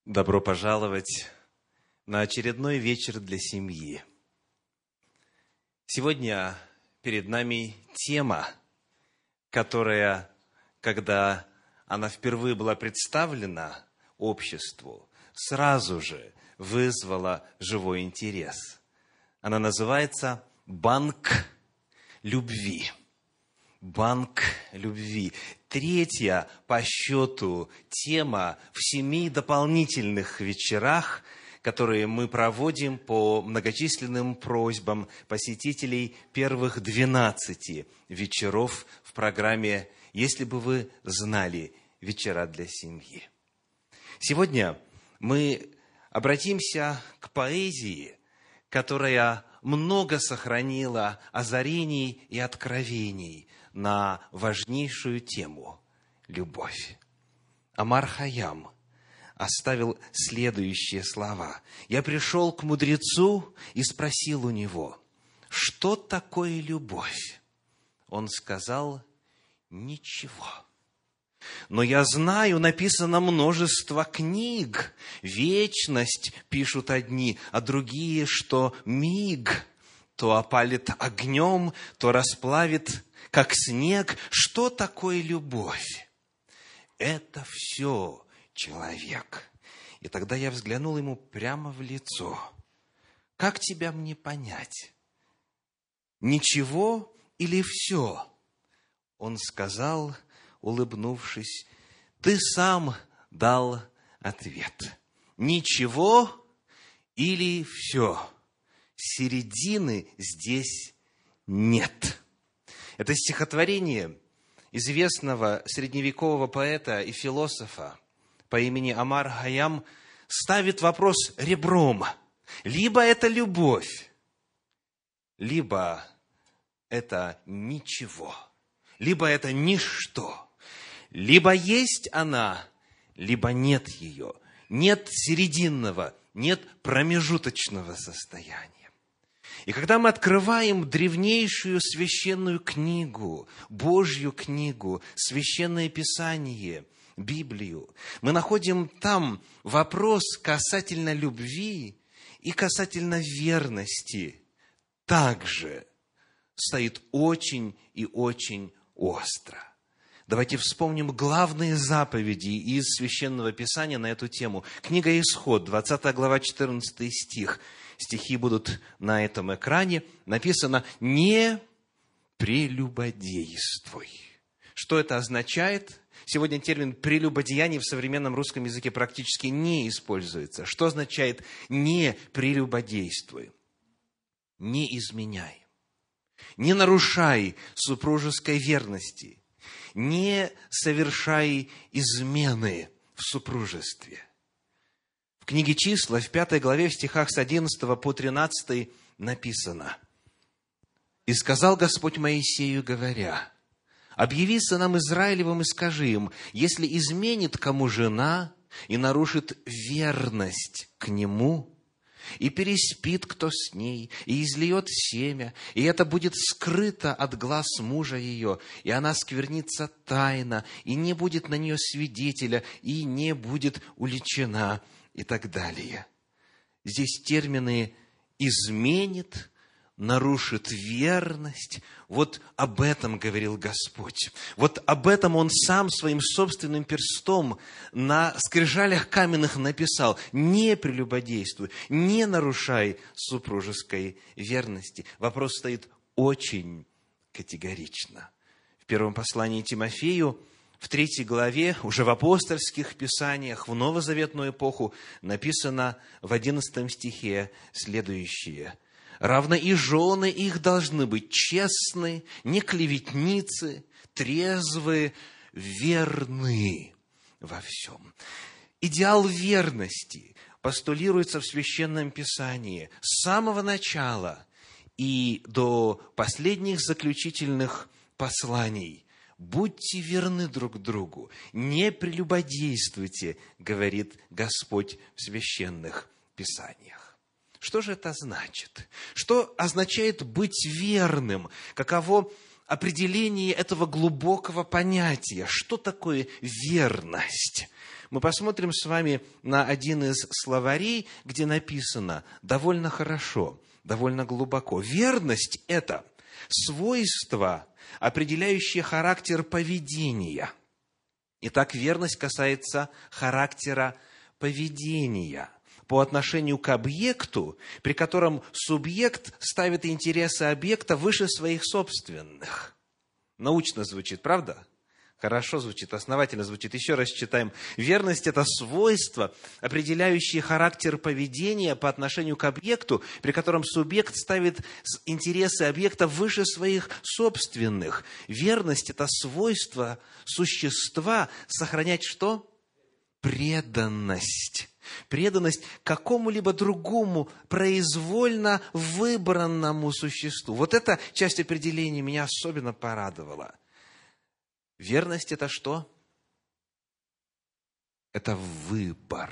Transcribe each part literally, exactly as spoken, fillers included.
Добро пожаловать на очередной вечер для семьи. Сегодня перед нами тема, которая, когда она впервые была представлена обществу, сразу же вызвала живой интерес. Она называется «Банк любви». Банк любви. Третья по счету тема в семи дополнительных вечерах, которые мы проводим по многочисленным просьбам посетителей первых двенадцати вечеров в программе «Если бы вы знали, вечера для семьи». Сегодня мы обратимся к поэзии, которая много сохранила озарений и откровений на важнейшую тему – любовь. Омар Хайям оставил следующие слова. «Я пришел к мудрецу и спросил у него, что такое любовь? Он сказал, ничего. Но я знаю, написано множество книг. Вечность пишут одни, а другие, что миг то опалит огнем, то расплавит, как снег. Что такое любовь? Это все человек». И тогда я взглянул ему прямо в лицо. Как тебя мне понять? Ничего или все? Он сказал, улыбнувшись, ты сам дал ответ. Ничего или все? Середины здесь нет. Это стихотворение известного средневекового поэта и философа по имени Омар Хайям ставит вопрос ребром. Либо это любовь, либо это ничего, либо это ничто. Либо есть она, либо нет ее. Нет серединного, нет промежуточного состояния. И когда мы открываем древнейшую священную книгу, Божью книгу, Священное Писание, Библию, мы находим там вопрос касательно любви и касательно верности также стоит очень и очень остро. Давайте вспомним главные заповеди из Священного Писания на эту тему. Книга Исход, двадцатая глава, четырнадцатый стих. Стихи будут на этом экране. Написано «Не прелюбодействуй». Что это означает? Сегодня термин «прелюбодеяние» в современном русском языке практически не используется. Что означает «не прелюбодействуй»? Не изменяй, не нарушай супружеской верности, не совершай измены в супружестве. В книге «Числа» в пятой главе, в стихах с одиннадцатого по тринадцатый написано: «И сказал Господь Моисею, говоря, объяви сынам Израилевым и скажи им, если изменит кому жена и нарушит верность к нему, и переспит кто с ней, и излиет семя, и это будет скрыто от глаз мужа ее, и она сквернится тайно, и не будет на нее свидетеля, и не будет уличена», и так далее. Здесь термины «изменит», «нарушит верность». Вот об этом говорил Господь. Вот об этом Он сам своим собственным перстом на скрижалях каменных написал: «Не прелюбодействуй, не нарушай супружеской верности». Вопрос стоит очень категорично. В первом послании Тимофею, в третьей главе, уже в апостольских писаниях, в новозаветную эпоху, написано в одиннадцатом стихе следующее: «Равно и жены их должны быть честны, не клеветницы, трезвы, верны во всем». Идеал верности постулируется в Священном Писании с самого начала и до последних заключительных посланий. «Будьте верны друг другу, не прелюбодействуйте», говорит Господь в Священных Писаниях. Что же это значит? Что означает быть верным? Каково определение этого глубокого понятия? Что такое верность? Мы посмотрим с вами на один из словарей, где написано довольно хорошо, довольно глубоко. Верность – это свойство, определяющее характер поведения. Итак, верность касается характера поведения по отношению к объекту, при котором субъект ставит интересы объекта выше своих собственных. Научно звучит, правда? Хорошо звучит, основательно звучит. Еще раз читаем. Верность – это свойство, определяющее характер поведения по отношению к объекту, при котором субъект ставит интересы объекта выше своих собственных. Верность – это свойство существа сохранять что? Преданность. Преданность какому-либо другому произвольно выбранному существу. Вот эта часть определения меня особенно порадовала. Верность – это что? Это выбор.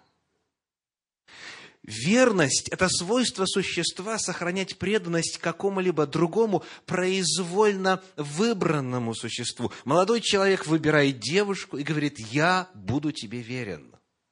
Верность – это свойство существа сохранять преданность какому-либо другому произвольно выбранному существу. Молодой человек выбирает девушку и говорит: «Я буду тебе верен».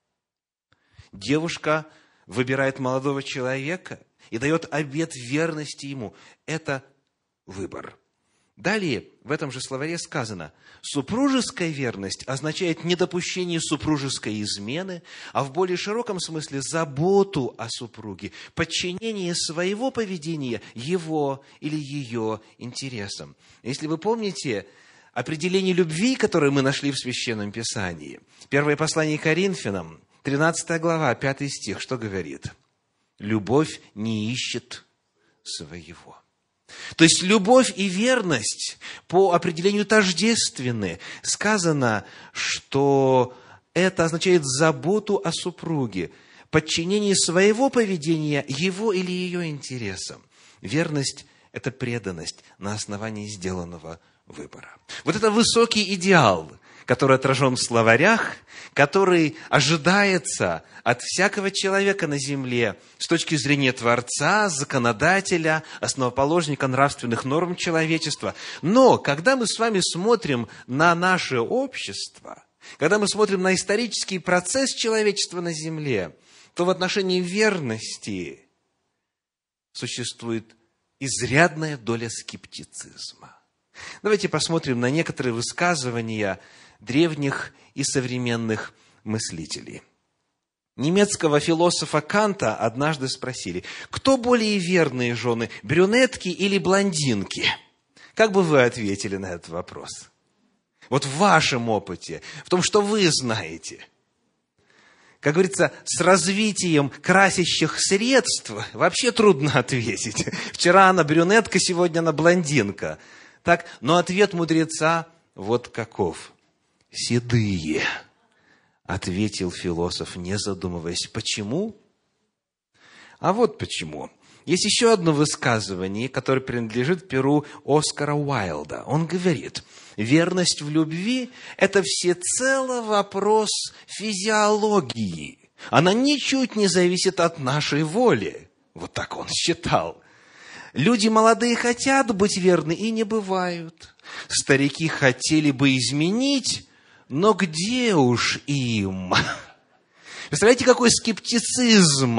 Девушка выбирает молодого человека и дает обет верности ему. Это выбор. Далее в этом же словаре сказано: супружеская верность означает недопущение супружеской измены, а в более широком смысле заботу о супруге, подчинение своего поведения его или ее интересам. Если вы помните определение любви, которое мы нашли в Священном Писании, первое послание Коринфянам, тринадцатая глава, пятый стих, что говорит? Любовь не ищет своего. То есть любовь и верность по определению тождественны. Сказано, что это означает заботу о супруге, подчинение своего поведения его или ее интересам. Верность – это преданность на основании сделанного выбора. Вот это высокий идеал, который отражен в словарях, который ожидается от всякого человека на земле с точки зрения Творца, законодателя, основоположника нравственных норм человечества. Но, когда мы с вами смотрим на наше общество, когда мы смотрим на исторический процесс человечества на земле, то в отношении верности существует изрядная доля скептицизма. Давайте посмотрим на некоторые высказывания древних и современных мыслителей. Немецкого философа Канта однажды спросили: кто более верные жены, брюнетки или блондинки? Как бы вы ответили на этот вопрос? Вот в вашем опыте, в том, что вы знаете. Как говорится, с развитием красящих средств вообще трудно ответить. Вчера она брюнетка, сегодня она блондинка. Так, но ответ мудреца вот каков. «Седые», — ответил философ, не задумываясь. Почему? А вот почему. Есть еще одно высказывание, которое принадлежит перу Оскара Уайльда. Он говорит: верность в любви – это всецело вопрос физиологии. Она ничуть не зависит от нашей воли. Вот так он считал. Люди молодые хотят быть верны и не бывают. Старики хотели бы изменить, но где уж им? Представляете, какой скептицизм?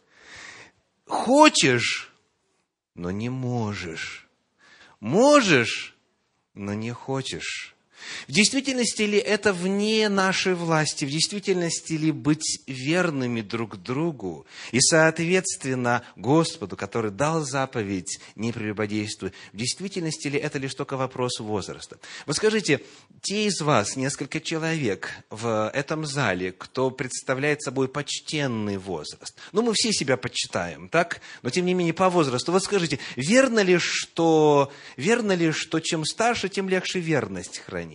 Хочешь, но не можешь. Можешь, но не хочешь. В действительности ли это вне нашей власти? В действительности ли быть верными друг другу и, соответственно, Господу, который дал заповедь «не прелюбодействуй», в действительности ли это лишь только вопрос возраста? Вот скажите, те из вас, несколько человек в этом зале, кто представляет собой почтенный возраст, ну, мы все себя почитаем, так? Но, тем не менее, по возрасту, вот скажите, верно ли, что, верно ли, что чем старше, тем легче верность хранить?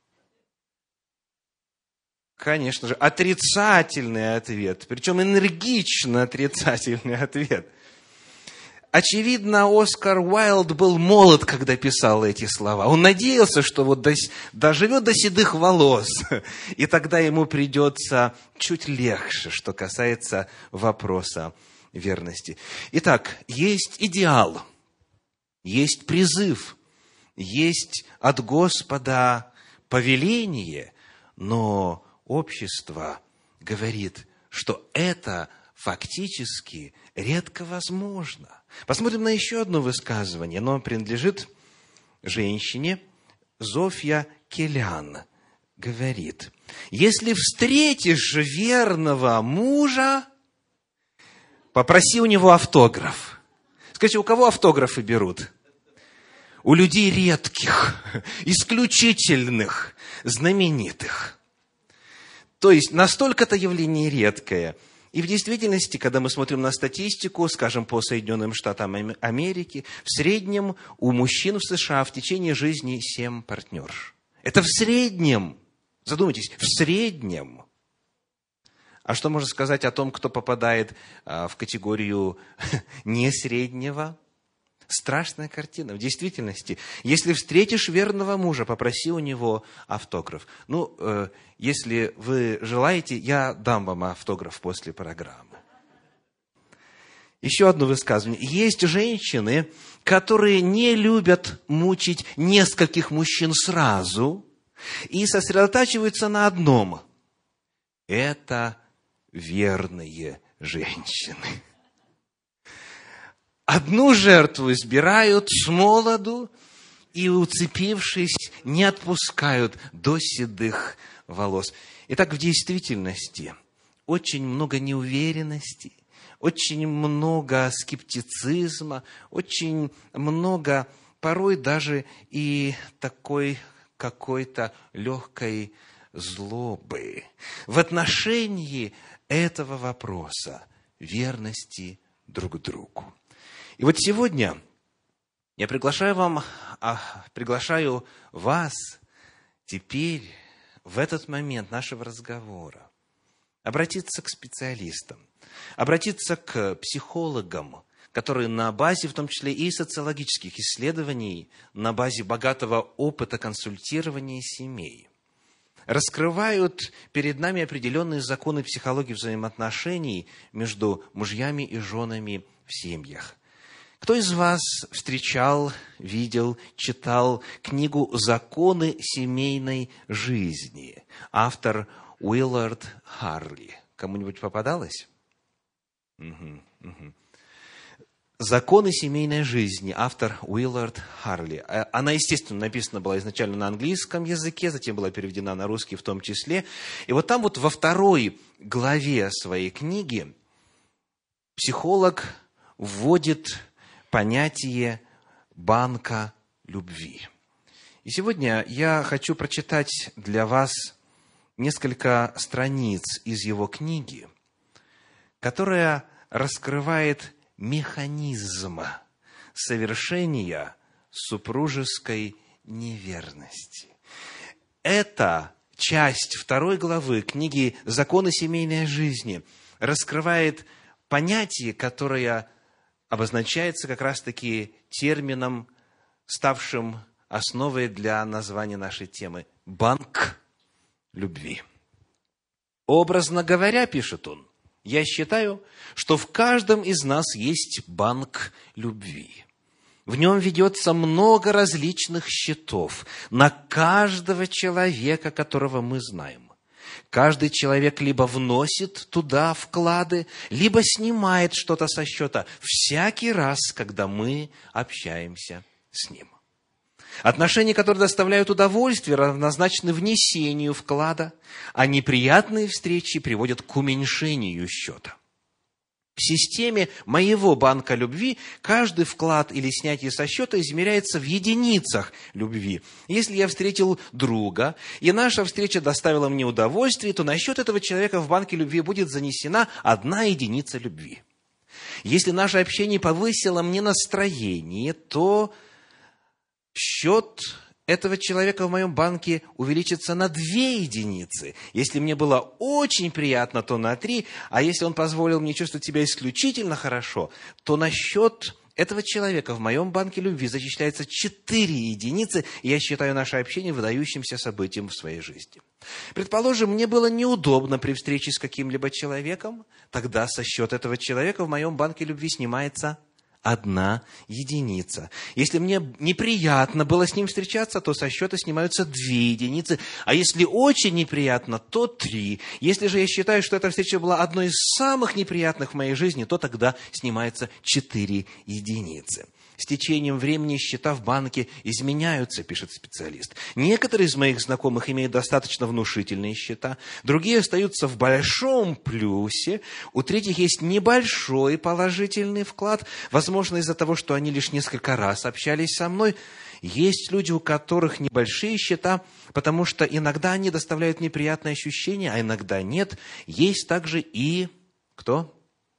Конечно же, отрицательный ответ, причем энергично отрицательный ответ. Очевидно, Оскар Уайльд был молод, когда писал эти слова. Он надеялся, что вот доживет до седых волос, и тогда ему придется чуть легче, что касается вопроса верности. Итак, есть идеал, есть призыв, есть от Господа повеление, но общество говорит, что это фактически редко возможно. Посмотрим на еще одно высказывание. Оно принадлежит женщине. Зофья Келян говорит: если встретишь верного мужа, попроси у него автограф. Скажите, у кого автографы берут? У людей редких, исключительных, знаменитых. То есть, настолько это явление редкое. И в действительности, когда мы смотрим на статистику, скажем, по Соединенным Штатам Америки, в среднем у мужчин в США в течение жизни семь партнерш. Это в среднем. Задумайтесь, в среднем. А что можно сказать о том, кто попадает в категорию не среднего? Страшная картина. В действительности, если встретишь верного мужа, попроси у него автограф. Ну, э, если вы желаете, я дам вам автограф после программы. Еще одно высказывание. Есть женщины, которые не любят мучить нескольких мужчин сразу и сосредотачиваются на одном. Это верные женщины. Одну жертву избирают с молоду и, уцепившись, не отпускают до седых волос. Итак, в действительности очень много неуверенности, очень много скептицизма, очень много, порой даже и такой какой-то легкой злобы в отношении этого вопроса верности друг другу. И вот сегодня я приглашаю вам, а, приглашаю вас теперь, в этот момент нашего разговора, обратиться к специалистам, обратиться к психологам, которые на базе, в том числе и социологических исследований, на базе богатого опыта консультирования семей, раскрывают перед нами определенные законы психологии взаимоотношений между мужьями и женами в семьях. Кто из вас встречал, видел, читал книгу «Законы семейной жизни»? Автор Уиллард Харли. Кому-нибудь попадалось? Угу, угу. «Законы семейной жизни», автор Уиллард Харли. Она, естественно, написана была изначально на английском языке, затем была переведена на русский в том числе. И вот там вот во второй главе своей книги психолог вводит понятие банка любви. И сегодня я хочу прочитать для вас несколько страниц из его книги, которая раскрывает механизм совершения супружеской неверности. Это часть второй главы книги «Законы семейной жизни» раскрывает понятие, которое обозначается как раз-таки термином, ставшим основой для названия нашей темы – банк любви. Образно говоря, пишет он, я считаю, что в каждом из нас есть банк любви. В нем ведется много различных счетов на каждого человека, которого мы знаем. Каждый человек либо вносит туда вклады, либо снимает что-то со счета всякий раз, когда мы общаемся с ним. Отношения, которые доставляют удовольствие, равнозначны внесению вклада, а неприятные встречи приводят к уменьшению счета. В системе моего банка любви каждый вклад или снятие со счета измеряется в единицах любви. Если я встретил друга, и наша встреча доставила мне удовольствие, то на счет этого человека в банке любви будет занесена одна единица любви. Если наше общение повысило мне настроение, то счет этого человека в моем банке увеличится на две единицы. Если мне было очень приятно, то на три, а если он позволил мне чувствовать себя исключительно хорошо, то на счет этого человека в моем банке любви зачисляется четыре единицы, и я считаю наше общение выдающимся событием в своей жизни. Предположим, мне было неудобно при встрече с каким-либо человеком, тогда со счета этого человека в моем банке любви снимается одна единица. Если мне неприятно было с ним встречаться, то со счета снимаются две единицы. А если очень неприятно, то три. Если же я считаю, что эта встреча была одной из самых неприятных в моей жизни, то тогда снимается четыре единицы. С течением времени счета в банке изменяются, пишет специалист. Некоторые из моих знакомых имеют достаточно внушительные счета, другие остаются в большом плюсе, у третьих есть небольшой положительный вклад, возможно, из-за того, что они лишь несколько раз общались со мной. Есть люди, у которых небольшие счета, потому что иногда они доставляют неприятные ощущения, а иногда нет. Есть также и кто?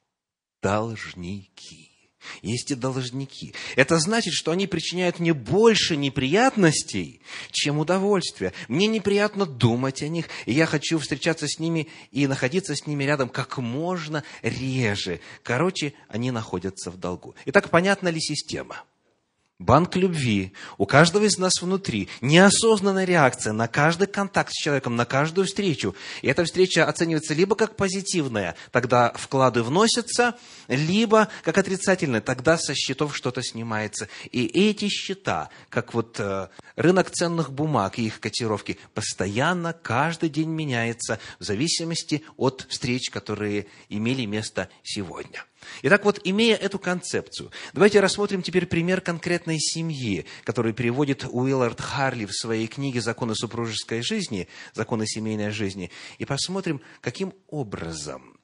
Должники. Есть и должники. Это значит, что они причиняют мне больше неприятностей, чем удовольствия. Мне неприятно думать о них, и я хочу встречаться с ними и находиться с ними рядом как можно реже. Короче, они находятся в долгу. Итак, понятна ли система? Банк любви у каждого из нас внутри, неосознанная реакция на каждый контакт с человеком, на каждую встречу. И эта встреча оценивается либо как позитивная, тогда вклады вносятся, либо как отрицательная, тогда со счетов что-то снимается. И эти счета, как вот э, рынок ценных бумаг и их котировки, постоянно, каждый день меняется в зависимости от встреч, которые имели место сегодня. Итак, вот имея эту концепцию, давайте рассмотрим теперь пример конкретной семьи, который приводит Уиллард Харли в своей книге «Законы супружеской жизни», «Законы семейной жизни», и посмотрим, каким образом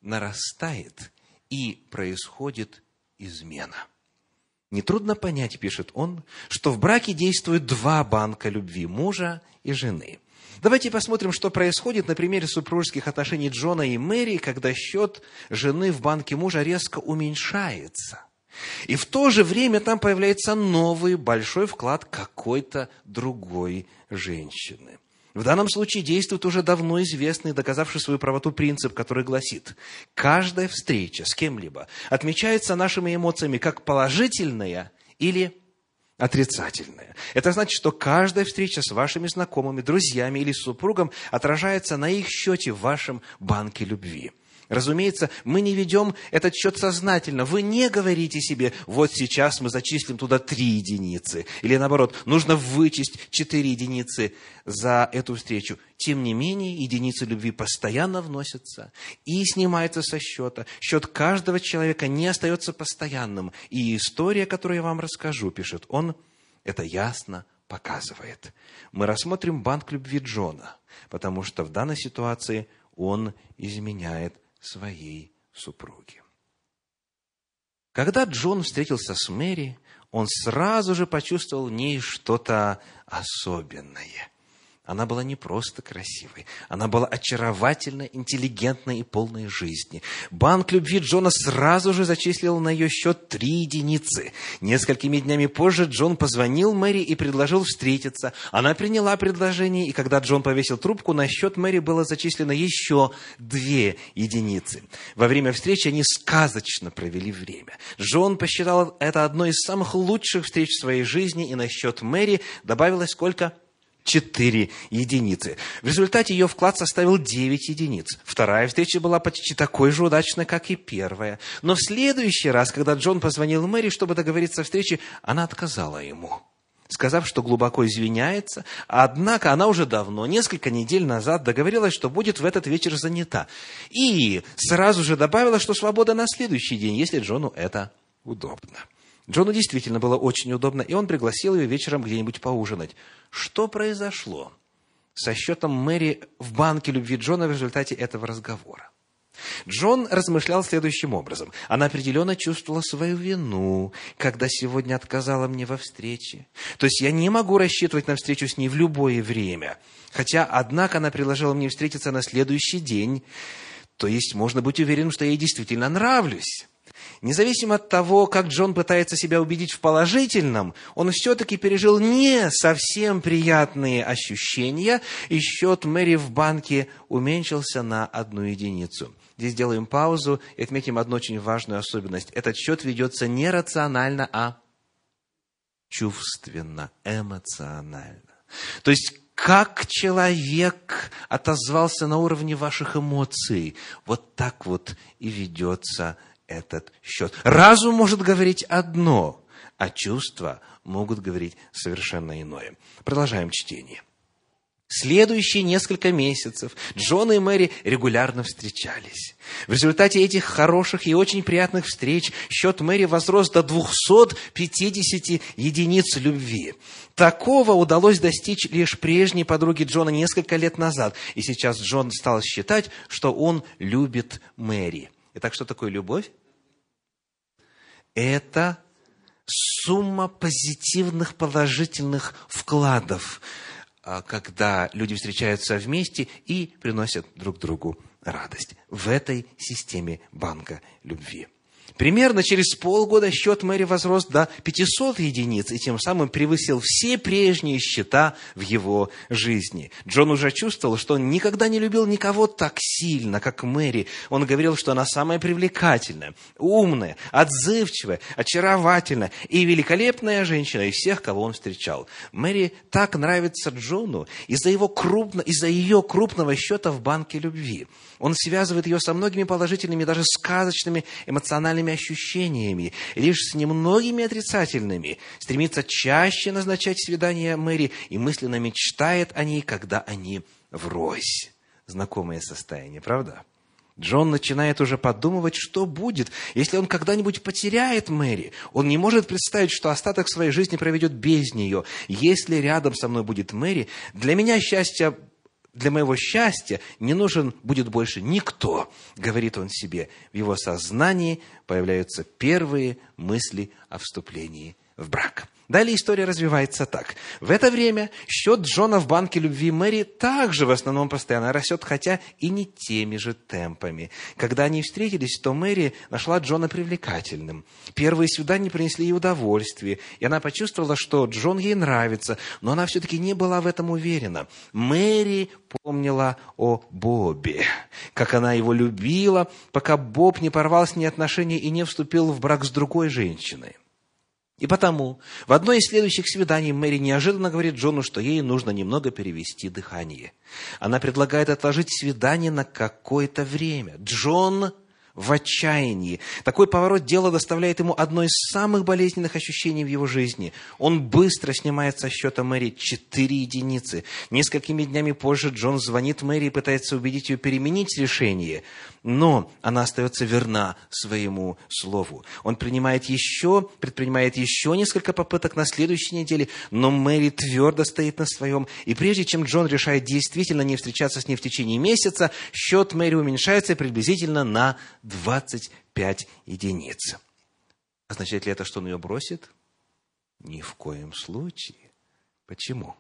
нарастает и происходит измена. Нетрудно понять, пишет он, что в браке действуют два банка любви – мужа и жены. Давайте посмотрим, что происходит на примере супружеских отношений Джона и Мэри, когда счет жены в банке мужа резко уменьшается. И в то же время там появляется новый большой вклад какой-то другой женщины. В данном случае действует уже давно известный, доказавший свою правоту принцип, который гласит: каждая встреча с кем-либо отмечается нашими эмоциями как положительная или отрицательное. Это значит, что каждая встреча с вашими знакомыми, друзьями или супругом отражается на их счете в вашем банке любви. Разумеется, мы не ведем этот счет сознательно. Вы не говорите себе: вот сейчас мы зачислим туда три единицы. Или наоборот, нужно вычесть четыре единицы за эту встречу. Тем не менее, единицы любви постоянно вносятся и снимаются со счета. Счет каждого человека не остается постоянным. И история, которую я вам расскажу, пишет он, это ясно показывает. Мы рассмотрим банк любви Джона, потому что в данной ситуации он изменяет своей супруге. Когда Джон встретился с Мэри, он сразу же почувствовал в ней что-то особенное. Она была не просто красивой, она была очаровательной, интеллигентной и полной жизни. Банк любви Джона сразу же зачислил на ее счет три единицы. Несколькими днями позже Джон позвонил Мэри и предложил встретиться. Она приняла предложение, и когда Джон повесил трубку, на счет Мэри было зачислено еще две единицы. Во время встречи они сказочно провели время. Джон посчитал это одной из самых лучших встреч в своей жизни, и на счет Мэри добавилось сколько? Четыре единицы. В результате ее вклад составил девять единиц. Вторая встреча была почти такой же удачной, как и первая. Но в следующий раз, когда Джон позвонил Мэри, чтобы договориться о встрече, она отказала ему, сказав, что глубоко извиняется. Однако она уже давно, несколько недель назад, договорилась, что будет в этот вечер занята. И сразу же добавила, что свобода на следующий день, если Джону это удобно. Джону действительно было очень удобно, и он пригласил ее вечером где-нибудь поужинать. Что произошло со счетом Мэри в банке любви Джона в результате этого разговора? Джон размышлял следующим образом. Она определенно чувствовала свою вину, когда сегодня отказала мне во встрече. То есть я не могу рассчитывать на встречу с ней в любое время. Хотя, однако, она предложила мне встретиться на следующий день. То есть можно быть уверенным, что я ей действительно нравлюсь. Независимо от того, как Джон пытается себя убедить в положительном, он все-таки пережил не совсем приятные ощущения, и счет Мэри в банке уменьшился на одну единицу. Здесь делаем паузу и отметим одну очень важную особенность. Этот счет ведется не рационально, а чувственно, эмоционально. То есть, как человек отозвался на уровне ваших эмоций, вот так вот и ведется этот счет. Разум может говорить одно, а чувства могут говорить совершенно иное. Продолжаем чтение. Следующие несколько месяцев Джон и Мэри регулярно встречались. В результате этих хороших и очень приятных встреч счет Мэри возрос до двухсот пятидесяти единиц любви. Такого удалось достичь лишь прежней подруге Джона несколько лет назад. И сейчас Джон стал считать, что он любит Мэри. Итак, что такое любовь? Это сумма позитивных, положительных вкладов, когда люди встречаются вместе и приносят друг другу радость. В этой системе банка любви. Примерно через полгода счет Мэри возрос до пятисот единиц и тем самым превысил все прежние счета в его жизни. Джон уже чувствовал, что он никогда не любил никого так сильно, как Мэри. Он говорил, что она самая привлекательная, умная, отзывчивая, очаровательная и великолепная женщина из всех, кого он встречал. Мэри так нравится Джону из-за его крупно, из-за ее крупного счета в банке любви. Он связывает ее со многими положительными, даже сказочными эмоциональными ощущениями, лишь с немногими отрицательными, стремится чаще назначать свидания Мэри и мысленно мечтает о ней, когда они врозь. Знакомое состояние, правда? Джон начинает уже подумывать, что будет, если он когда-нибудь потеряет Мэри. Он не может представить, что остаток своей жизни проведет без нее. Если рядом со мной будет Мэри, для меня счастье Для моего счастья не нужен будет больше никто, говорит он себе. В его сознании появляются первые мысли о вступлении в брак. Далее история развивается так. В это время счет Джона в банке любви Мэри также в основном постоянно растет, хотя и не теми же темпами. Когда они встретились, то Мэри нашла Джона привлекательным. Первые свидания принесли ей удовольствие, и она почувствовала, что Джон ей нравится, но она все-таки не была в этом уверена. Мэри помнила о Бобе, как она его любила, пока Боб не порвал с ней отношения и не вступил в брак с другой женщиной. И потому в одной из следующих свиданий Мэри неожиданно говорит Джону, что ей нужно немного перевести дыхание. Она предлагает отложить свидание на какое-то время. Джон в отчаянии. Такой поворот дела доставляет ему одно из самых болезненных ощущений в его жизни. Он быстро снимает со счета Мэри четыре единицы. Несколькими днями позже Джон звонит Мэри и пытается убедить ее переменить решение. Но она остается верна своему слову. Он принимает еще, предпринимает еще несколько попыток на следующей неделе, но Мэри твердо стоит на своем. И прежде чем Джон решает действительно не встречаться с ней в течение месяца, счет Мэри уменьшается приблизительно на двадцать пять единиц. Означает ли это, что он ее бросит? Ни в коем случае. Почему?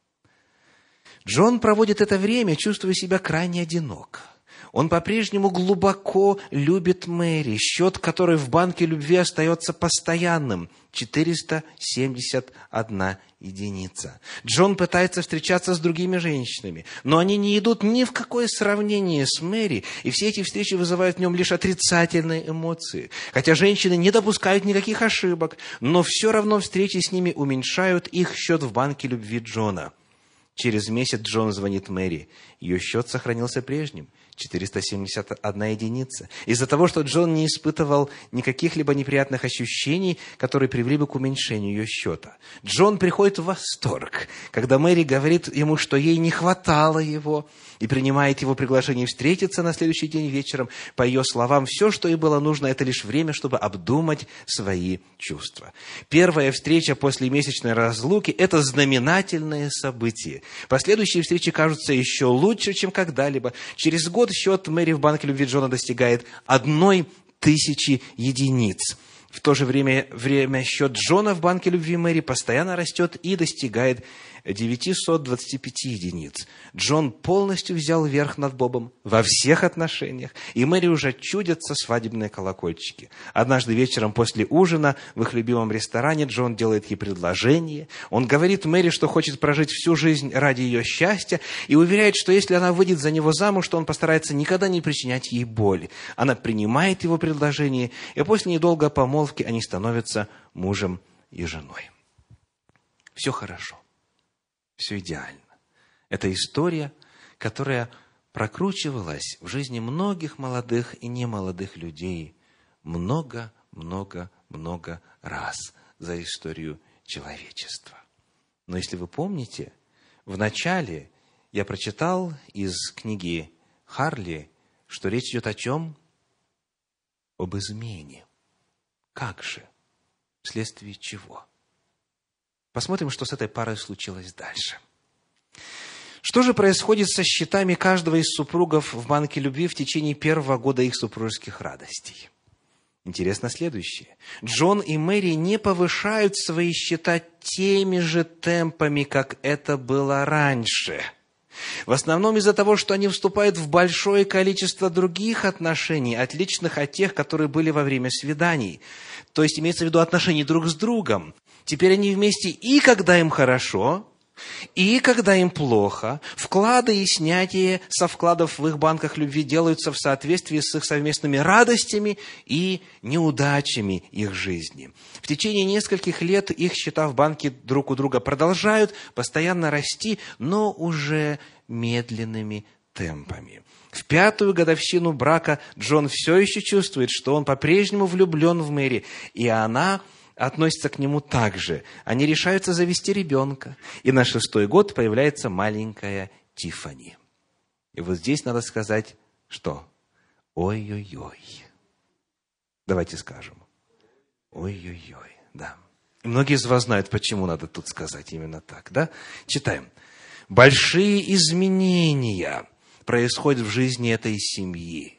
Джон проводит это время, чувствуя себя крайне одинок. Он по-прежнему глубоко любит Мэри, счет которой в банке любви остается постоянным – четыреста семьдесят одна единица. Джон пытается встречаться с другими женщинами, но они не идут ни в какое сравнение с Мэри, и все эти встречи вызывают в нем лишь отрицательные эмоции. Хотя женщины не допускают никаких ошибок, но все равно встречи с ними уменьшают их счет в банке любви Джона. Через месяц Джон звонит Мэри. Ее счет сохранился прежним – четыреста семьдесят одна единица. Из-за того, что Джон не испытывал никаких либо неприятных ощущений, которые привели бы к уменьшению ее счета. Джон приходит в восторг, когда Мэри говорит ему, что ей не хватало его, и принимает его приглашение встретиться на следующий день вечером. По ее словам, все, что ей было нужно, это лишь время, чтобы обдумать свои чувства. Первая встреча после месячной разлуки – это знаменательное событие. Последующие встречи кажутся еще лучше, чем когда-либо. Через год счет Мэри в банке любви Джона достигает одной тысячи единиц. В то же время, время счет Джона в банке любви Мэри постоянно растет и достигает девятисот двадцати пяти единиц. Джон полностью взял верх над Бобом во всех отношениях, и Мэри уже чудятся свадебные колокольчики. Однажды вечером после ужина в их любимом ресторане Джон делает ей предложение. Он говорит Мэри, что хочет прожить всю жизнь ради ее счастья, и уверяет, что если она выйдет за него замуж, то он постарается никогда не причинять ей боли. Она принимает его предложение, и после недолгой помолвки они становятся мужем и женой. Все хорошо. Все идеально. Это история, которая прокручивалась в жизни многих молодых и немолодых людей много-много-много раз за историю человечества. Но если вы помните, в начале я прочитал из книги Харли, что речь идет о чем? Об измене. Как же? Вследствие чего? Посмотрим, что с этой парой случилось дальше. Что же происходит со счетами каждого из супругов в банке любви в течение первого года их супружеских радостей? Интересно следующее. Джон и Мэри не повышают свои счета теми же темпами, как это было раньше. В основном из-за того, что они вступают в большое количество других отношений, отличных от тех, которые были во время свиданий. То есть имеется в виду отношений друг с другом. Теперь они вместе и когда им хорошо, и когда им плохо. Вклады и снятие со вкладов в их банках любви делаются в соответствии с их совместными радостями и неудачами их жизни. В течение нескольких лет их счета в банке друг у друга продолжают постоянно расти, но уже медленными темпами. В пятую годовщину брака Джон все еще чувствует, что он по-прежнему влюблен в Мэри, и она относится к нему так же. Они решаются завести ребенка, и на шестой год появляется маленькая Тиффани. И вот здесь надо сказать, что? Ой-ой-ой. Давайте скажем. Ой-ой-ой, да. И многие из вас знают, почему надо тут сказать именно так, да? Читаем. Большие изменения происходят в жизни этой семьи.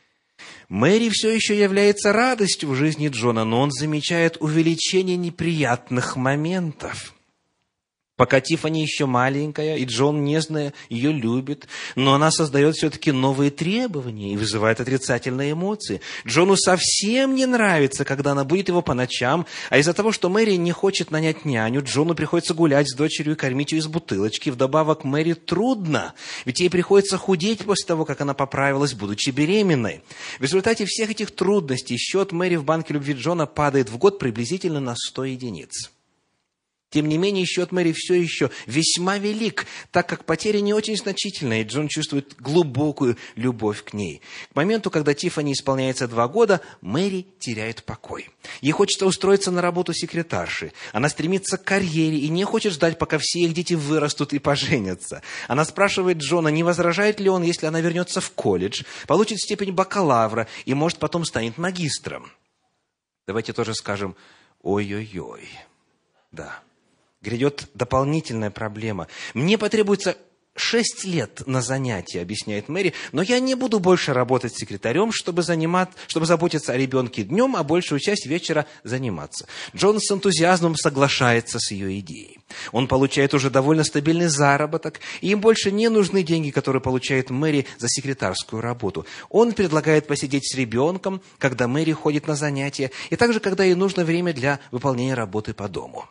Мэри все еще является радостью в жизни Джона, но он замечает увеличение неприятных моментов. Пока Тиффани еще маленькая, и Джон нежно ее любит, но она создает все-таки новые требования и вызывает отрицательные эмоции. Джону совсем не нравится, когда она будет его по ночам, а из-за того, что Мэри не хочет нанять няню, Джону приходится гулять с дочерью и кормить ее из бутылочки. Вдобавок, Мэри трудно, ведь ей приходится худеть после того, как она поправилась, будучи беременной. В результате всех этих трудностей счет Мэри в банке любви Джона падает в год приблизительно на сто единиц. Тем не менее, счет Мэри все еще весьма велик, так как потеря не очень значительная, и Джон чувствует глубокую любовь к ней. К моменту, когда Тиффани исполняется два года, Мэри теряет покой. Ей хочется устроиться на работу секретарши. Она стремится к карьере и не хочет ждать, пока все их дети вырастут и поженятся. Она спрашивает Джона, не возражает ли он, если она вернется в колледж, получит степень бакалавра и, может, потом станет магистром. Давайте тоже скажем «ой-ой-ой». Да. Грядет дополнительная проблема. Мне потребуется шесть лет на занятия, объясняет Мэри, но я не буду больше работать секретарем, чтобы, занимать, чтобы заботиться о ребенке днем, а большую часть вечера заниматься. Джон с энтузиазмом соглашается с ее идеей. Он получает уже довольно стабильный заработок, и им больше не нужны деньги, которые получает Мэри за секретарскую работу. Он предлагает посидеть с ребенком, когда Мэри ходит на занятия, и также, когда ей нужно время для выполнения работы по дому.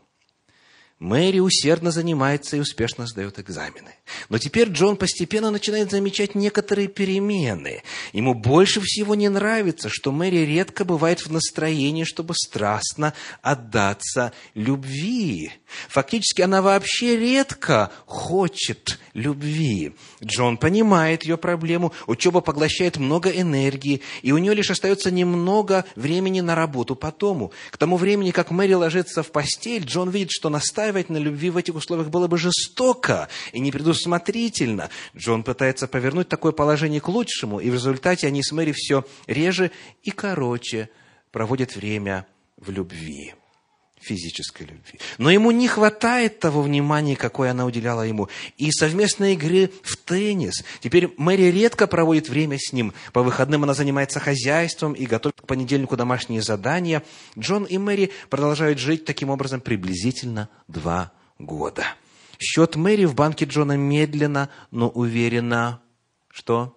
Мэри усердно занимается и успешно сдает экзамены. Но теперь Джон постепенно начинает замечать некоторые перемены. Ему больше всего не нравится, что Мэри редко бывает в настроении, чтобы страстно отдаться любви. Фактически она вообще редко хочет любви. Джон понимает ее проблему, учеба поглощает много энергии, и у нее лишь остается немного времени на работу по дому. К тому времени, как Мэри ложится в постель, Джон видит, что настаивать на любви в этих условиях было бы жестоко и непредусмотрительно. Джон пытается повернуть такое положение к лучшему, и в результате они с Мэри все реже и короче проводят время в любви, физической любви. Но ему не хватает того внимания, какое она уделяла ему, и совместной игры в теннис. Теперь Мэри редко проводит время с ним. По выходным она занимается хозяйством и готовит к понедельнику домашние задания. Джон и Мэри продолжают жить таким образом приблизительно два года. Счет Мэри в банке Джона медленно, но уверенно, что?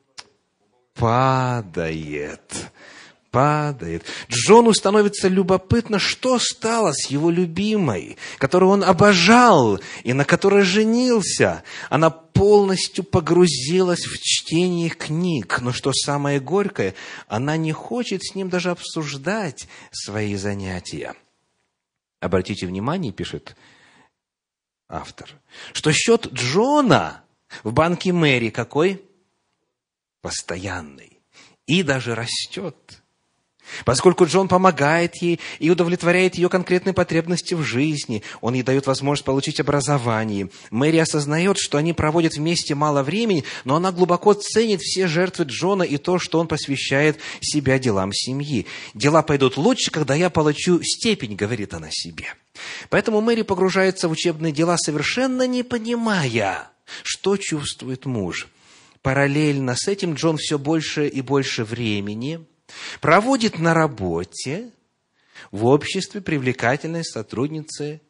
Падает. Падает. Джону становится любопытно, что стало с его любимой, которую он обожал и на которой женился. Она полностью погрузилась в чтение книг, но что самое горькое, она не хочет с ним даже обсуждать свои занятия. Обратите внимание, пишет автор, что счет Джона в банке Мэри какой? Постоянный. И даже растет. Поскольку Джон помогает ей и удовлетворяет ее конкретные потребности в жизни, он ей дает возможность получить образование. Мэри осознает, что они проводят вместе мало времени, но она глубоко ценит все жертвы Джона и то, что он посвящает себя делам семьи. «Дела пойдут лучше, когда я получу степень», — говорит она себе. Поэтому Мэри погружается в учебные дела, совершенно не понимая, что чувствует муж. Параллельно с этим Джон все больше и больше времени проводит на работе в обществе привлекательной сотрудницы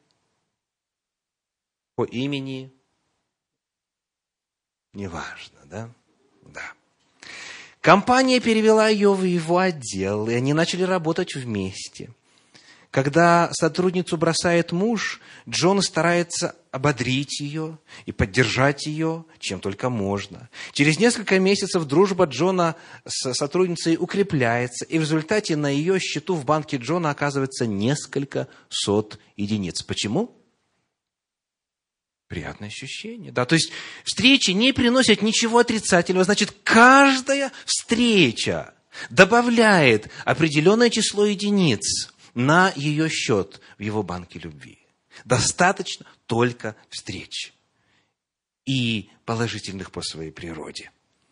по имени, неважно, да? Да. Компания перевела ее в его отдел, и они начали работать вместе. Когда сотрудницу бросает муж, Джон старается ободрить ее и поддержать ее, чем только можно. Через несколько месяцев дружба Джона с сотрудницей укрепляется, и в результате на ее счету в банке Джона оказывается несколько сот единиц. Почему? Приятное ощущение. Да, то есть встречи не приносят ничего отрицательного. Значит, каждая встреча добавляет определенное число единиц на ее счет в его банке любви. Достаточно только встреч и положительных по своей природе.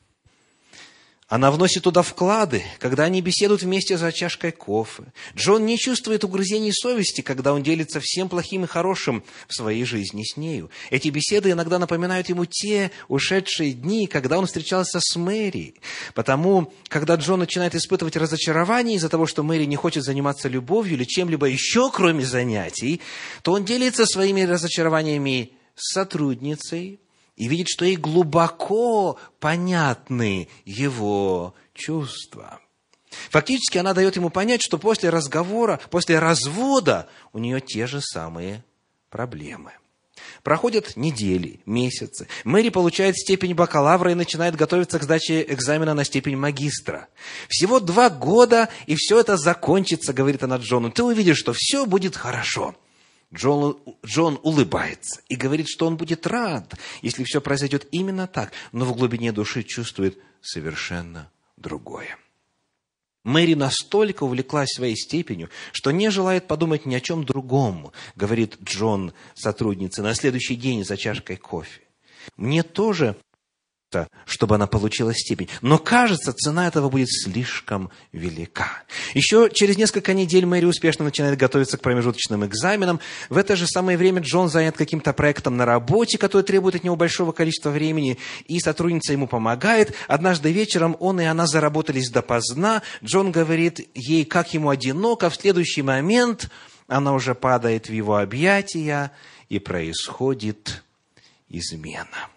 Она вносит туда вклады, когда они беседуют вместе за чашкой кофе. Джон не чувствует угрызений совести, когда он делится всем плохим и хорошим в своей жизни с нею. Эти беседы иногда напоминают ему те ушедшие дни, когда он встречался с Мэри. Потому, когда Джон начинает испытывать разочарование из-за того, что Мэри не хочет заниматься любовью или чем-либо еще, кроме занятий, то он делится своими разочарованиями с сотрудницей, и видит, что ей глубоко понятны его чувства. Фактически она дает ему понять, что после разговора, после развода у нее те же самые проблемы. Проходят недели, месяцы. Мэри получает степень бакалавра и начинает готовиться к сдаче экзамена на степень магистра. Всего два года, и все это закончится, говорит она Джону. Ты увидишь, что все будет хорошо. Джон, Джон улыбается и говорит, что он будет рад, если все произойдет именно так, но в глубине души чувствует совершенно другое. Мэри настолько увлеклась своей степенью, что не желает подумать ни о чем другом, говорит Джон сотруднице на следующий день за чашкой кофе. Мне тоже, чтобы она получила степень. Но, кажется, цена этого будет слишком велика. Еще через несколько недель Мэри успешно начинает готовиться к промежуточным экзаменам. В это же самое время Джон занят каким-то проектом на работе, который требует от него большого количества времени, и сотрудница ему помогает. Однажды вечером он и она заработались допоздна. Джон говорит ей, как ему одиноко. В следующий момент она уже падает в его объятия, и происходит измена.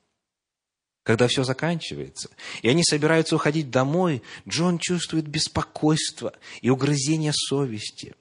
Когда все заканчивается, и они собираются уходить домой, Джон чувствует беспокойство и угрызение совести.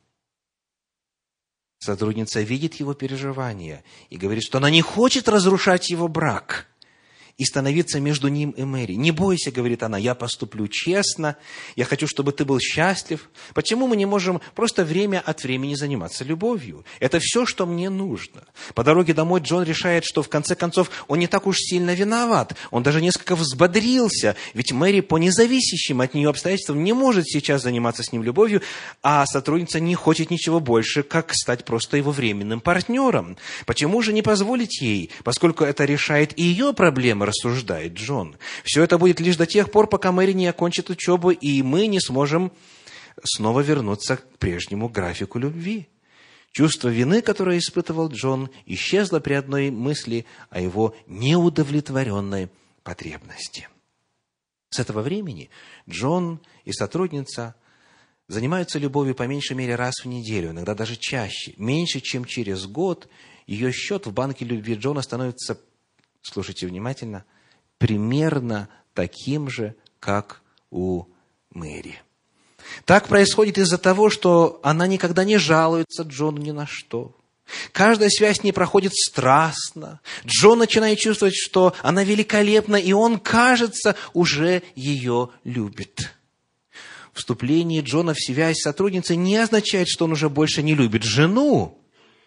Сотрудница видит его переживания и говорит, что она не хочет разрушать его брак и становиться между ним и Мэри. «Не бойся, — говорит она, — я поступлю честно, я хочу, чтобы ты был счастлив. Почему мы не можем просто время от времени заниматься любовью? Это все, что мне нужно». По дороге домой Джон решает, что в конце концов он не так уж сильно виноват. Он даже несколько взбодрился, ведь Мэри по независящим от нее обстоятельствам не может сейчас заниматься с ним любовью, а сотрудница не хочет ничего больше, как стать просто его временным партнером. Почему же не позволить ей, поскольку это решает и ее проблемы, рассуждает Джон. Все это будет лишь до тех пор, пока Мэри не окончит учебу, и мы не сможем снова вернуться к прежнему графику любви. Чувство вины, которое испытывал Джон, исчезло при одной мысли о его неудовлетворенной потребности. С этого времени Джон и сотрудница занимаются любовью по меньшей мере раз в неделю, иногда даже чаще. Меньше, чем через год, ее счет в банке любви Джона становится, слушайте внимательно, примерно таким же, как у Мэри. Так происходит из-за того, что она никогда не жалуется Джону ни на что. Каждая связь не проходит страстно. Джон начинает чувствовать, что она великолепна, и он, кажется, уже ее любит. Вступление Джона в связь с сотрудницей не означает, что он уже больше не любит жену.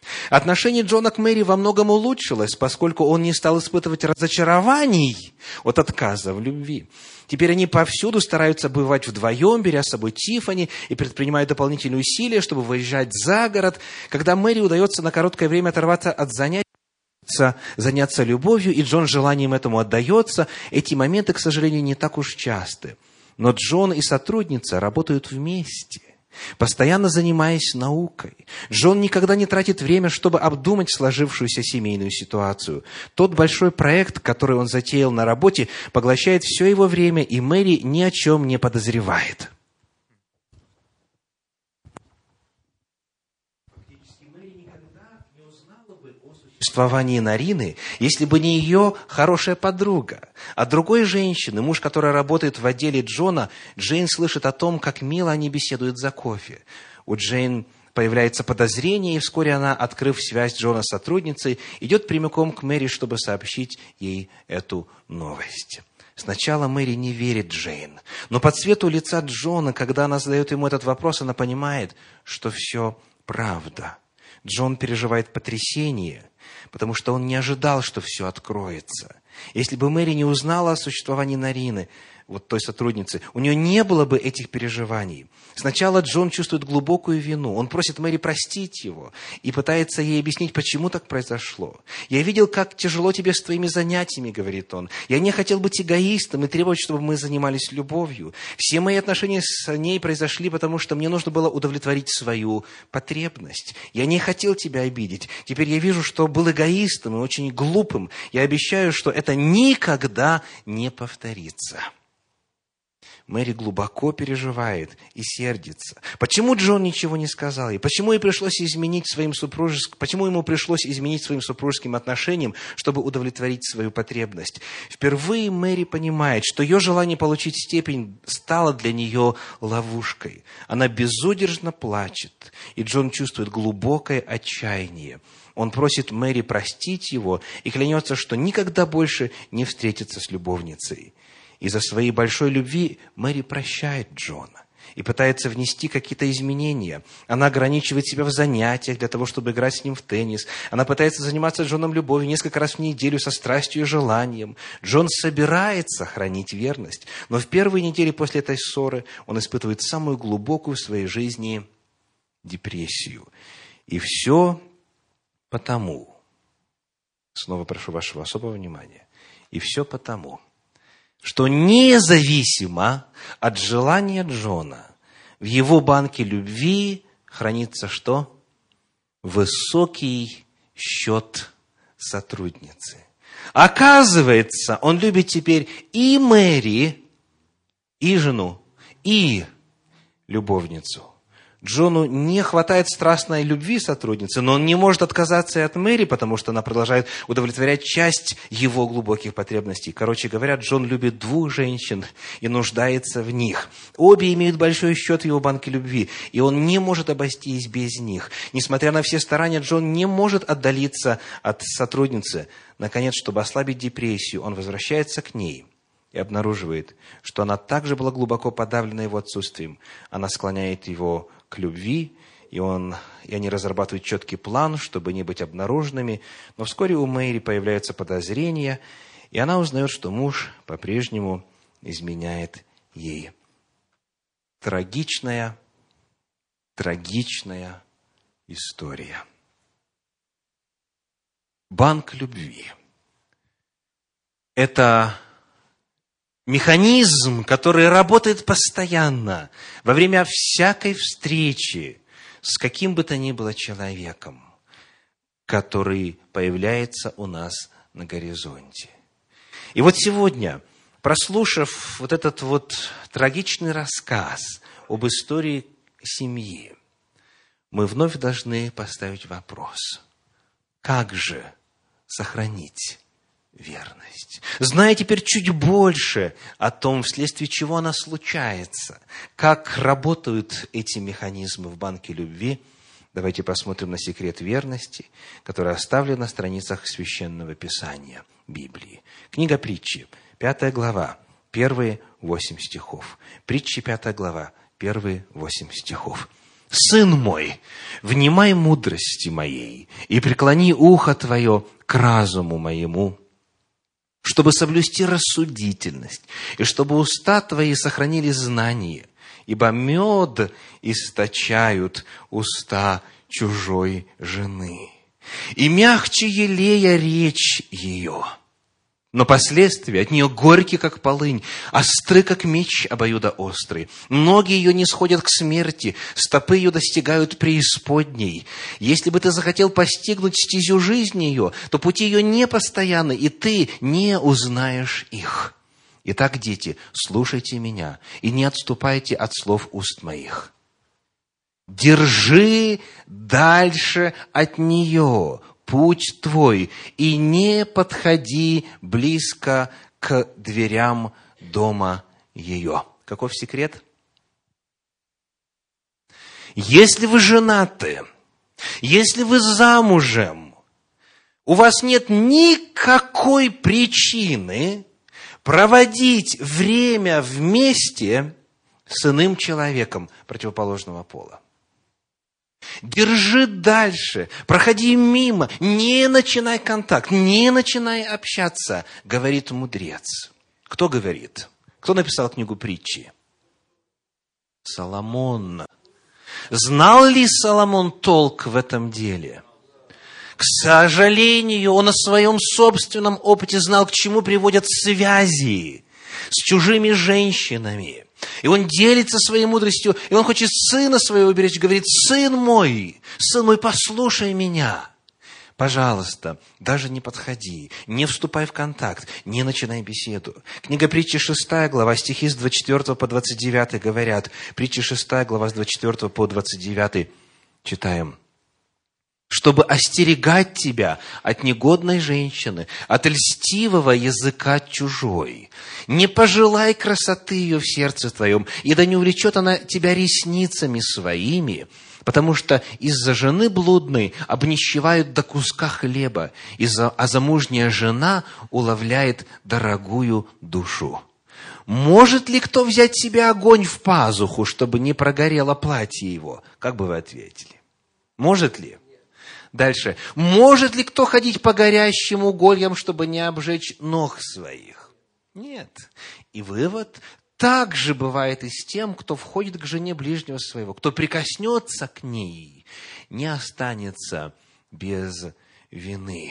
Отношение Джона к Мэри во многом улучшилось, поскольку он не стал испытывать разочарований от отказа в любви. Теперь они повсюду стараются бывать вдвоем, беря с собой Тиффани, и предпринимают дополнительные усилия, чтобы выезжать за город. Когда Мэри удается на короткое время оторваться от занятий, заняться любовью, и Джон желанием этому отдается, эти моменты, к сожалению, не так уж часты. Но Джон и сотрудница работают вместе, постоянно занимаясь наукой. Джон никогда не тратит время, чтобы обдумать сложившуюся семейную ситуацию. Тот большой проект, который он затеял на работе, поглощает все его время, и Мэри ни о чем не подозревает. Существовании Нарины, если бы не ее хорошая подруга, а другой женщины, муж, который работает в отделе Джона, Джейн слышит о том, как мило они беседуют за кофе. У Джейн появляется подозрение, и вскоре она, открыв связь Джона с сотрудницей, идет прямиком к Мэри, чтобы сообщить ей эту новость. Сначала Мэри не верит Джейн, но по цвету лица Джона, когда она задает ему этот вопрос, она понимает, что все правда. Джон переживает потрясение, потому что он не ожидал, что все откроется. Если бы Мэри не узнала о существовании Нарины, вот той сотрудницы, у нее не было бы этих переживаний. Сначала Джон чувствует глубокую вину. Он просит Мэри простить его и пытается ей объяснить, почему так произошло. «Я видел, как тяжело тебе с твоими занятиями», — говорит он. «Я не хотел быть эгоистом и требовать, чтобы мы занимались любовью. Все мои отношения с ней произошли, потому что мне нужно было удовлетворить свою потребность. Я не хотел тебя обидеть. Теперь я вижу, что был эгоистом и очень глупым. Я обещаю, что это никогда не повторится». Мэри глубоко переживает и сердится. Почему Джон ничего не сказал ей? Почему ей пришлось изменить своим супружеским, почему ему пришлось изменить своим супружеским отношениям, чтобы удовлетворить свою потребность? Впервые Мэри понимает, что ее желание получить степень стало для нее ловушкой. Она безудержно плачет, и Джон чувствует глубокое отчаяние. Он просит Мэри простить его и клянется, что никогда больше не встретится с любовницей. Из-за своей большой любви Мэри прощает Джона и пытается внести какие-то изменения. Она ограничивает себя в занятиях для того, чтобы играть с ним в теннис. Она пытается заниматься с Джоном любовью несколько раз в неделю со страстью и желанием. Джон собирается хранить верность, но в первые недели после этой ссоры он испытывает самую глубокую в своей жизни депрессию. И все потому, снова прошу вашего особого внимания, и все потому, что независимо от желания Джона в его банке любви хранится что? Высокий счет сотрудницы. Оказывается, он любит теперь и Мэри, и жену, и любовницу. Джону не хватает страстной любви сотрудницы, но он не может отказаться и от Мэри, потому что она продолжает удовлетворять часть его глубоких потребностей. Короче говоря, Джон любит двух женщин и нуждается в них. Обе имеют большой счет в его банке любви, и он не может обойтись без них. Несмотря на все старания, Джон не может отдалиться от сотрудницы. Наконец, чтобы ослабить депрессию, он возвращается к ней и обнаруживает, что она также была глубоко подавлена его отсутствием. Она склоняет его к любви, и, он, и они разрабатывают четкий план, чтобы не быть обнаруженными. Но вскоре у Мэри появляются подозрения, и она узнает, что муж по-прежнему изменяет ей. Трагичная, трагичная история. Банк любви – это механизм, который работает постоянно, во время всякой встречи с каким бы то ни было человеком, который появляется у нас на горизонте. И вот сегодня, прослушав вот этот вот трагичный рассказ об истории семьи, мы вновь должны поставить вопрос: как же сохранить верность? Зная теперь чуть больше о том, вследствие чего она случается, как работают эти механизмы в банке любви, давайте посмотрим на секрет верности, который оставлен на страницах Священного Писания, Библии. Книга Притчи, пятая глава, первые восемь стихов. Притчи, пятая глава, первые восемь стихов. Сын мой, внимай мудрости моей и преклони ухо твое к разуму моему, чтобы соблюсти рассудительность, и чтобы уста твои сохранили знание, ибо мед источают уста чужой жены, и мягче елея речь ее. Но последствия от нее горькие, как полынь, остры, как меч обоюдоострый. Ноги ее не сходят к смерти, стопы ее достигают преисподней. Если бы ты захотел постигнуть стезю жизни ее, то пути ее непостоянны, и ты не узнаешь их. Итак, дети, слушайте меня и не отступайте от слов уст моих. Держи дальше от нее путь твой, и не подходи близко к дверям дома ее. Каков секрет? Если вы женаты, если вы замужем, у вас нет никакой причины проводить время вместе с иным человеком противоположного пола. Держи дальше, проходи мимо, не начинай контакт, не начинай общаться, говорит мудрец. Кто говорит? Кто написал книгу притчи? Соломон. Знал ли Соломон толк в этом деле? К сожалению, он о своем собственном опыте знал, к чему приводят связи с чужими женщинами. И он делится своей мудростью, и он хочет сына своего уберечь, говорит: сын мой, сын мой, послушай меня. Пожалуйста, даже не подходи, не вступай в контакт, не начинай беседу. Книга притчи шестая глава, стихи с двадцать четвёртого по двадцать девятый говорят, притчи шестая глава с двадцать четвёртого по двадцать девятый читаем. Чтобы остерегать тебя от негодной женщины, от льстивого языка чужой. Не пожелай красоты ее в сердце твоем, и да не увлечет она тебя ресницами своими, потому что из-за жены блудной обнищевают до куска хлеба, а замужняя жена уловляет дорогую душу. Может ли кто взять себе огонь в пазуху, чтобы не прогорело платье его? Как бы вы ответили? Может ли? Дальше. Может ли кто ходить по горящим угольям, чтобы не обжечь ног своих? Нет. И вывод: так же бывает и с тем, кто входит к жене ближнего своего. Кто прикоснется к ней, не останется без вины.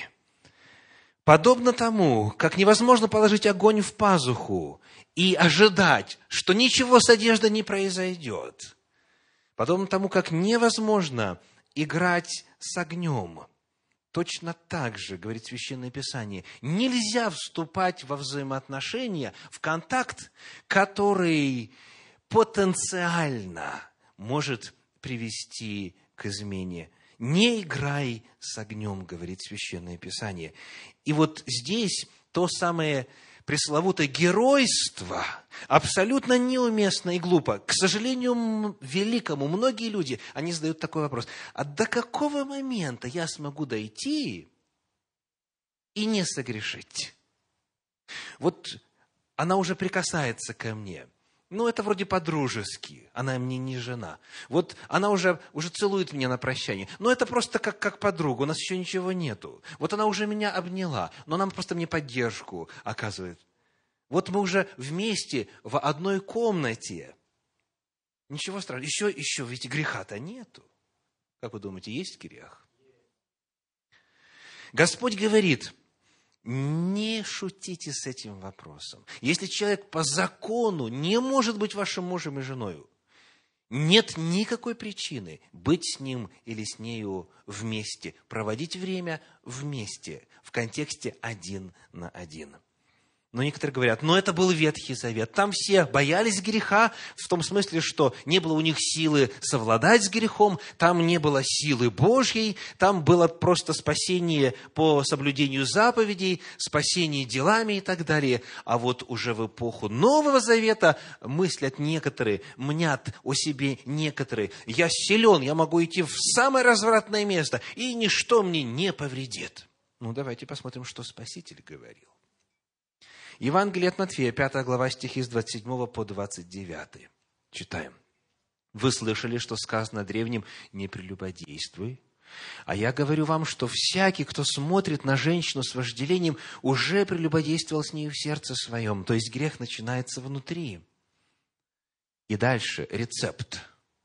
Подобно тому, как невозможно положить огонь в пазуху и ожидать, что ничего с одеждой не произойдет. Подобно тому, как невозможно играть с огнем. Точно так же, говорит Священное Писание, нельзя вступать во взаимоотношения, в контакт, который потенциально может привести к измене. Не играй с огнем, говорит Священное Писание. И вот здесь то самое пресловутое геройство абсолютно неуместно и глупо. К сожалению, великому, многие люди, они задают такой вопрос: а до какого момента я смогу дойти и не согрешить? Вот она уже прикасается ко мне. Ну, это вроде по-дружески, она мне не жена. Вот она уже, уже целует меня на прощание. Но это просто как, как подруга, у нас еще ничего нету. Вот она уже меня обняла, но она просто мне поддержку оказывает. Вот мы уже вместе в одной комнате. Ничего страшного. Еще, еще, ведь греха-то нету. Как вы думаете, есть грех? Господь говорит: не шутите с этим вопросом. Если человек по закону не может быть вашим мужем и женой, нет никакой причины быть с ним или с нею вместе, проводить время вместе, в контексте один на один. Но некоторые говорят: но это был Ветхий Завет. Там все боялись греха, в том смысле, что не было у них силы совладать с грехом, там не было силы Божьей, там было просто спасение по соблюдению заповедей, спасение делами и так далее. А вот уже в эпоху Нового Завета мыслят некоторые, мнят о себе некоторые: я силен, я могу идти в самое развратное место, и ничто мне не повредит. Ну, давайте посмотрим, что Спаситель говорил. Евангелие от Матфея, пятая глава, стихи с двадцать седьмого по двадцать девятый. Читаем. Вы слышали, что сказано древним: не прелюбодействуй. А я говорю вам, что всякий, кто смотрит на женщину с вожделением, уже прелюбодействовал с нею в сердце своем. То есть грех начинается внутри. И дальше рецепт.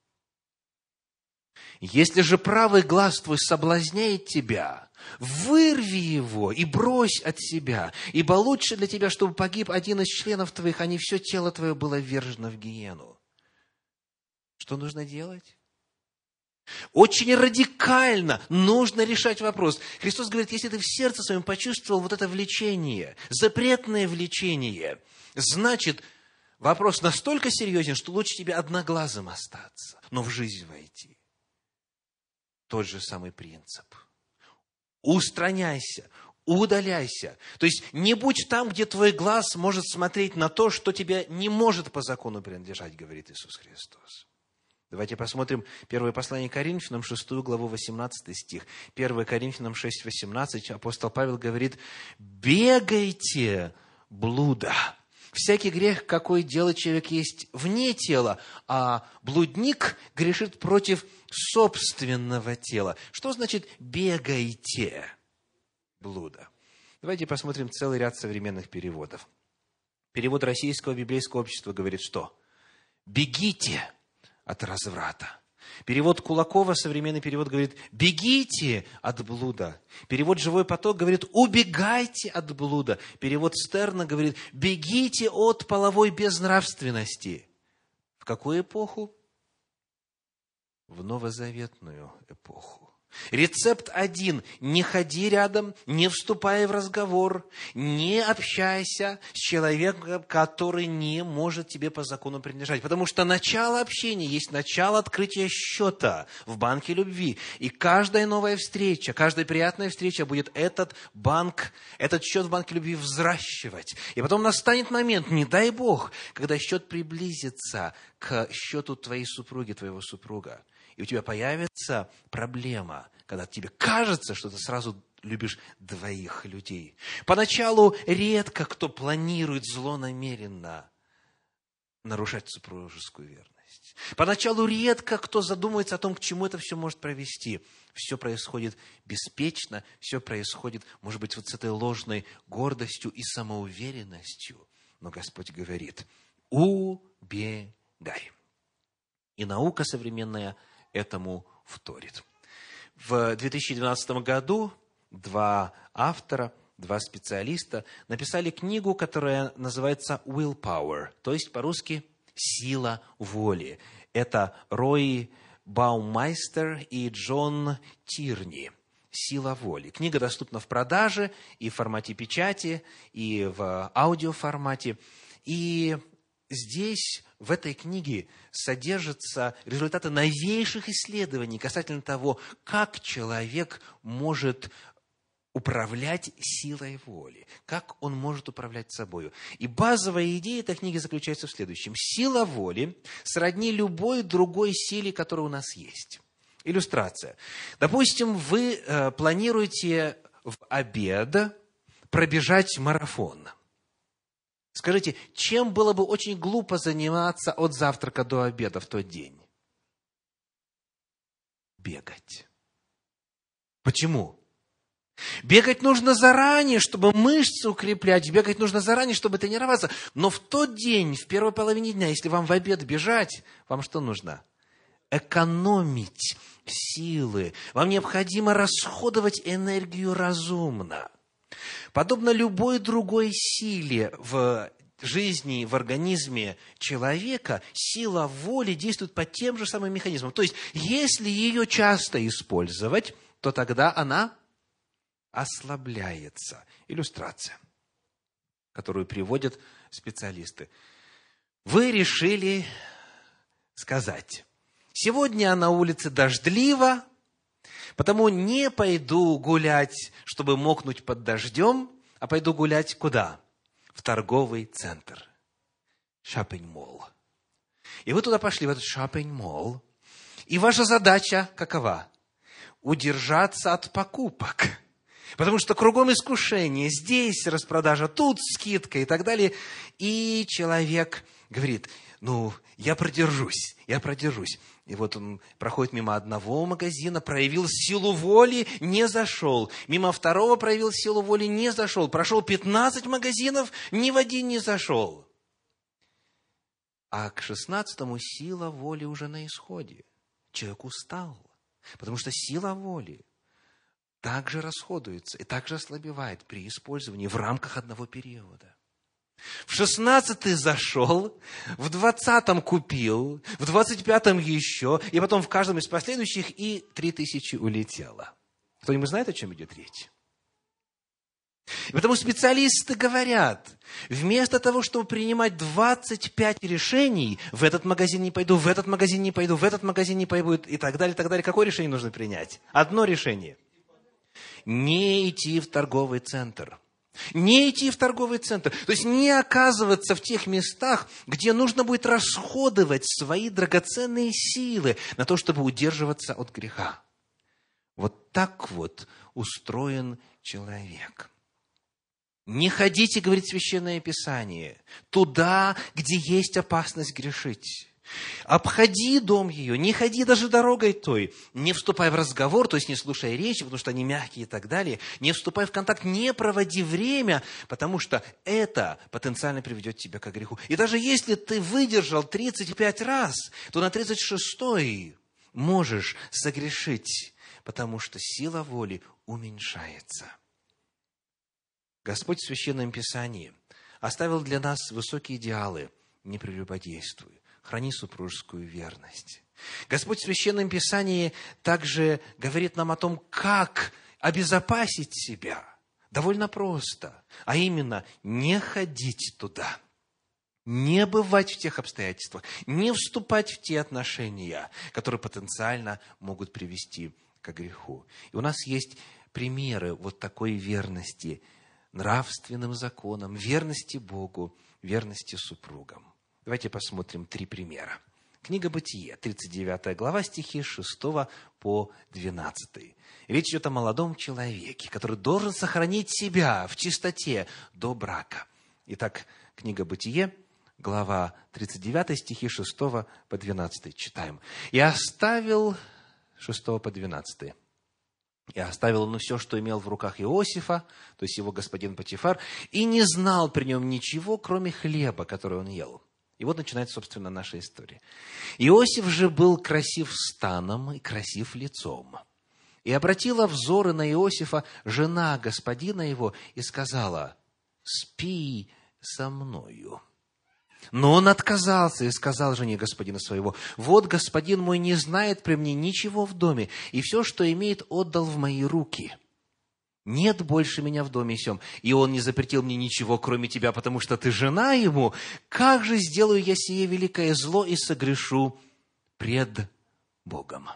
Если же правый глаз твой соблазняет тебя, вырви его и брось от себя, ибо лучше для тебя, чтобы погиб один из членов твоих, а не все тело твое было ввержено в гиену. Что нужно делать? Очень радикально нужно решать вопрос. Христос говорит, если ты в сердце своем почувствовал вот это влечение, запретное влечение, значит, вопрос настолько серьезен, что лучше тебе одноглазым остаться, но в жизнь войти. Тот же самый принцип. Устраняйся, удаляйся. То есть не будь там, где твой глаз может смотреть на то, что тебе не может по закону принадлежать, говорит Иисус Христос. Давайте посмотрим первое послание Коринфянам, шестую главу, восемнадцатый стих. первое Коринфянам шесть, восемнадцать. Апостол Павел говорит: «Бегайте блуда». Всякий грех, какой делает человек, есть вне тела, а блудник грешит против собственного тела. Что значит «бегайте блуда»? Давайте посмотрим целый ряд современных переводов. Перевод Российского библейского общества говорит, что «бегите от разврата». Перевод Кулакова, современный перевод, говорит «бегите от блуда». Перевод «Живой поток» говорит «убегайте от блуда». Перевод Стерна говорит «бегите от половой безнравственности». В какую эпоху? В новозаветную эпоху. Рецепт один. Не ходи рядом, не вступай в разговор, не общайся с человеком, который не может тебе по закону принадлежать. Потому что начало общения есть начало открытия счета в банке любви. И каждая новая встреча, каждая приятная встреча будет этот банк, этот счет в банке любви взращивать. И потом настанет момент, не дай Бог, когда счет приблизится к счету твоей супруги, твоего супруга. И у тебя появится проблема, когда тебе кажется, что ты сразу любишь двоих людей. Поначалу редко кто планирует злонамеренно нарушать супружескую верность. Поначалу редко кто задумывается о том, к чему это все может привести. Все происходит беспечно, все происходит, может быть, вот с этой ложной гордостью и самоуверенностью. Но Господь говорит: убегай. И наука современная этому вторит. В две тысячи двенадцатом году два автора, два специалиста написали книгу, которая называется «Willpower», то есть по-русски «Сила воли». Это Рой Баумайстер и Джон Тирни. «Сила воли». Книга доступна в продаже и в формате печати, и в аудиоформате. И здесь, в этой книге, содержатся результаты новейших исследований касательно того, как человек может управлять силой воли, как он может управлять собой. И базовая идея этой книги заключается в следующем. Сила воли сродни любой другой силе, которая у нас есть. Иллюстрация. Допустим, вы э, планируете в обед пробежать марафон. Скажите, чем было бы очень глупо заниматься от завтрака до обеда в тот день? Бегать. Почему? Бегать нужно заранее, чтобы мышцы укреплять. Бегать нужно заранее, чтобы тренироваться. Но в тот день, в первой половине дня, если вам в обед бежать, вам что нужно? Экономить силы. Вам необходимо расходовать энергию разумно. Подобно любой другой силе в жизни, в организме человека, сила воли действует по тем же самым механизмам. То есть, если ее часто использовать, то тогда она ослабляется. Иллюстрация, которую приводят специалисты. Вы решили сказать: сегодня на улице дождливо, потому не пойду гулять, чтобы мокнуть под дождем, а пойду гулять куда? В торговый центр. Шоппинг-молл. И вы туда пошли, в этот шоппинг-молл. И ваша задача какова? Удержаться от покупок. Потому что кругом искушение, здесь распродажа, тут скидка и так далее. И человек говорит, ну, я продержусь, я продержусь. И вот он проходит мимо одного магазина, проявил силу воли, не зашел. Мимо второго проявил силу воли, не зашел. Прошел пятнадцать магазинов, ни в один не зашел. А к шестнадцатому сила воли уже на исходе. Человек устал, потому что сила воли также расходуется и также ослабевает при использовании в рамках одного периода. В шестнадцатый зашел, в двадцатом купил, в двадцать пятом еще, и потом в каждом из последующих и три тысячи улетело. Кто-нибудь знает, о чем идет речь? И потому специалисты говорят, вместо того, чтобы принимать двадцать пять решений, в этот магазин не пойду, в этот магазин не пойду, в этот магазин не пойду, и так далее, и так далее, какое решение нужно принять? Одно решение. Не идти в торговый центр. Не идти в торговый центр. То есть не оказываться в тех местах, где нужно будет расходовать свои драгоценные силы на то, чтобы удерживаться от греха. Вот так вот устроен человек. Не ходите, говорит Священное Писание, туда, где есть опасность грешить. Обходи дом ее, не ходи даже дорогой той, не вступай в разговор, то есть не слушай речи, потому что они мягкие и так далее, не вступай в контакт, не проводи время, потому что это потенциально приведет тебя к греху. И даже если ты выдержал тридцать пять раз, то на тридцать шестой можешь согрешить, потому что сила воли уменьшается. Господь в Священном Писании оставил для нас высокие идеалы: не прелюбодействуй, храни супружескую верность. Господь в Священном Писании также говорит нам о том, как обезопасить себя. Довольно просто. А именно, не ходить туда, не бывать в тех обстоятельствах, не вступать в те отношения, которые потенциально могут привести к греху. И у нас есть примеры вот такой верности нравственным законам, верности Богу, верности супругам. Давайте посмотрим три примера. Книга Бытие, тридцать девятая глава, стихи с шестого по двенадцатый. Речь идет о молодом человеке, который должен сохранить себя в чистоте до брака. Итак, книга Бытие, глава тридцать девятая, стихи с шестого по двенадцатый. Читаем. «И оставил...» шестого по двенадцатый. «И оставил он все, что имел в руках Иосифа, то есть его господин Потифар, и не знал при нем ничего, кроме хлеба, который он ел». И вот начинается, собственно, наша история. «Иосиф же был красив станом и красив лицом. И обратила взоры на Иосифа жена господина его и сказала: спи со мною. Но он отказался и сказал жене господина своего: вот господин мой не знает при мне ничего в доме, и все, что имеет, отдал в мои руки. Нет больше меня в доме сем, и он не запретил мне ничего, кроме тебя, потому что ты жена ему. Как же сделаю я сие великое зло и согрешу пред Богом?»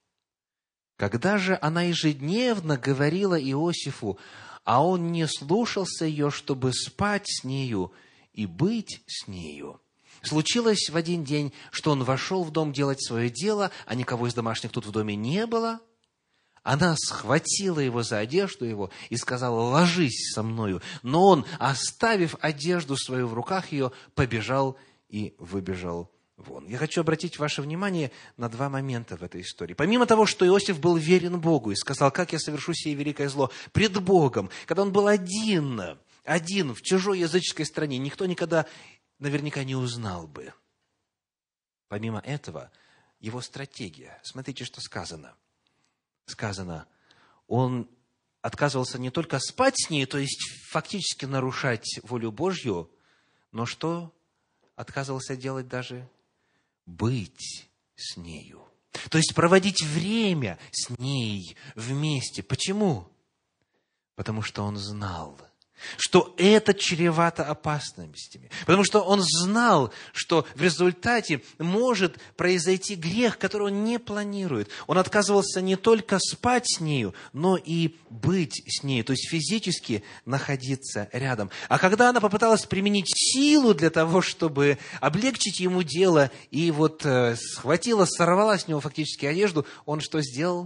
Когда же она ежедневно говорила Иосифу, а он не слушался ее, чтобы спать с нею и быть с нею, случилось в один день, что он вошел в дом делать свое дело, а никого из домашних тут в доме не было. Она схватила его за одежду его и сказала: ложись со мною. Но он, оставив одежду свою в руках ее, побежал и выбежал вон. Я хочу обратить ваше внимание на два момента в этой истории. Помимо того, что Иосиф был верен Богу и сказал: как я совершу сие великое зло пред Богом, когда он был один, один в чужой языческой стране, никто никогда наверняка не узнал бы. Помимо этого, его стратегия. Смотрите, что сказано. Сказано, он отказывался не только спать с ней, то есть фактически нарушать волю Божью, но что отказывался делать даже? Быть с нею. То есть проводить время с ней вместе. Почему? Потому что он знал, что это чревато опасностями. Потому что он знал, что в результате может произойти грех, который он не планирует. Он отказывался не только спать с нею, но и быть с нею, то есть физически находиться рядом. А когда она попыталась применить силу для того, чтобы облегчить ему дело, и вот э, схватила, сорвала с него фактически одежду, он что сделал?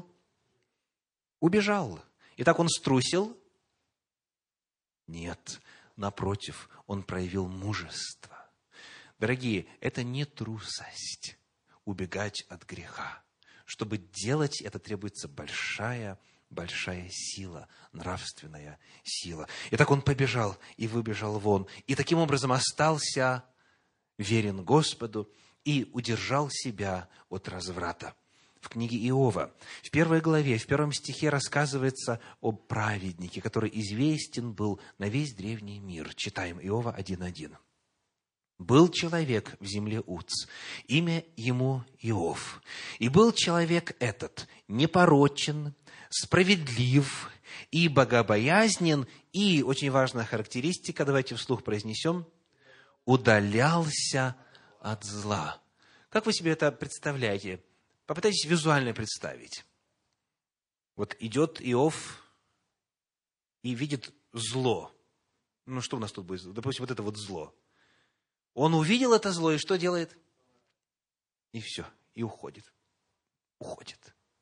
Убежал. Итак, он струсил? Нет, напротив, он проявил мужество. Дорогие, это не трусость убегать от греха. Чтобы делать это, требуется большая, большая сила, нравственная сила. Итак, он побежал и выбежал вон, и таким образом остался верен Господу и удержал себя от разврата. В книге Иова, в первой главе, в первом стихе рассказывается о праведнике, который известен был на весь древний мир. Читаем Иова один один. «Был человек в земле Уц, имя ему Иов. И был человек этот непорочен, справедлив и богобоязнен, и, очень важная характеристика, давайте вслух произнесем, удалялся от зла». Как вы себе это представляете? Попытайтесь визуально представить. Вот идет Иов и видит зло. Ну, что у нас тут будет? Допустим, вот это вот зло. Он увидел это зло, и что делает? И все, и уходит. Уходит.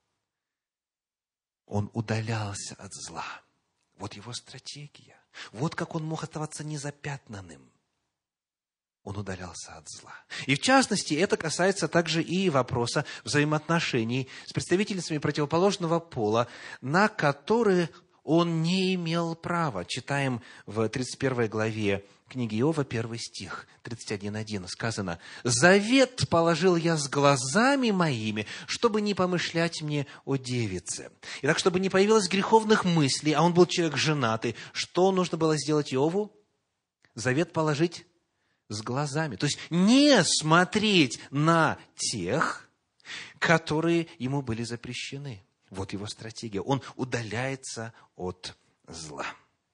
Он удалялся от зла. Вот его стратегия. Вот как он мог оставаться незапятнанным. Он удалялся от зла. И в частности, это касается также и вопроса взаимоотношений с представительницами противоположного пола, на которые он не имел права. Читаем в тридцать первой главе книги Иова, первый стих, тридцать один один, сказано: «Завет положил я с глазами моими, чтобы не помышлять мне о девице». Итак, чтобы не появилось греховных мыслей, а он был человек женатый, что нужно было сделать Иову? Завет положить с глазами. То есть не смотреть на тех, которые ему были запрещены. Вот его стратегия. Он удаляется от зла.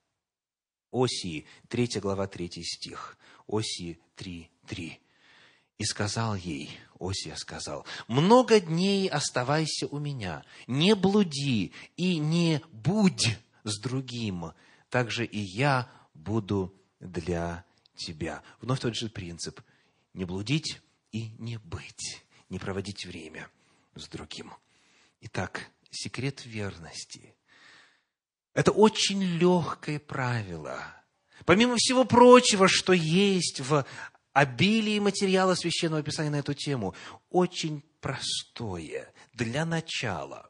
Осии, третья глава, третий стих. Осии три, три. «И сказал ей», Осия сказал, «много дней оставайся у меня, не блуди и не будь с другим, также и я буду для тебя». Вновь тот же принцип. Не блудить и не быть, не проводить время с другим. Итак, секрет верности – это очень легкое правило. Помимо всего прочего, что есть в обилии материала Священного Писания на эту тему, очень простое. Для начала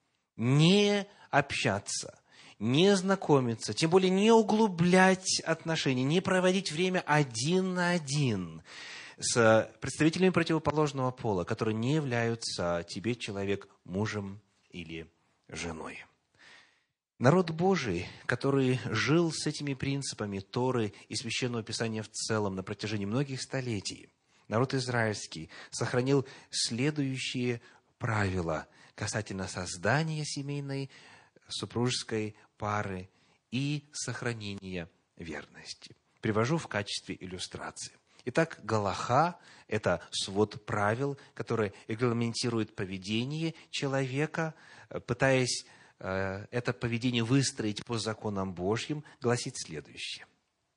не общаться, не знакомиться, тем более не углублять отношения, не проводить время один на один с представителями противоположного пола, которые не являются тебе, человек, мужем или женой. Народ Божий, который жил с этими принципами Торы и Священного Писания в целом на протяжении многих столетий, народ израильский сохранил следующие правила касательно создания семейной супружеской пары и сохранения верности. Привожу в качестве иллюстрации. Итак, галаха – это свод правил, который регламентирует поведение человека, пытаясь э, это поведение выстроить по законам Божьим, гласит следующее.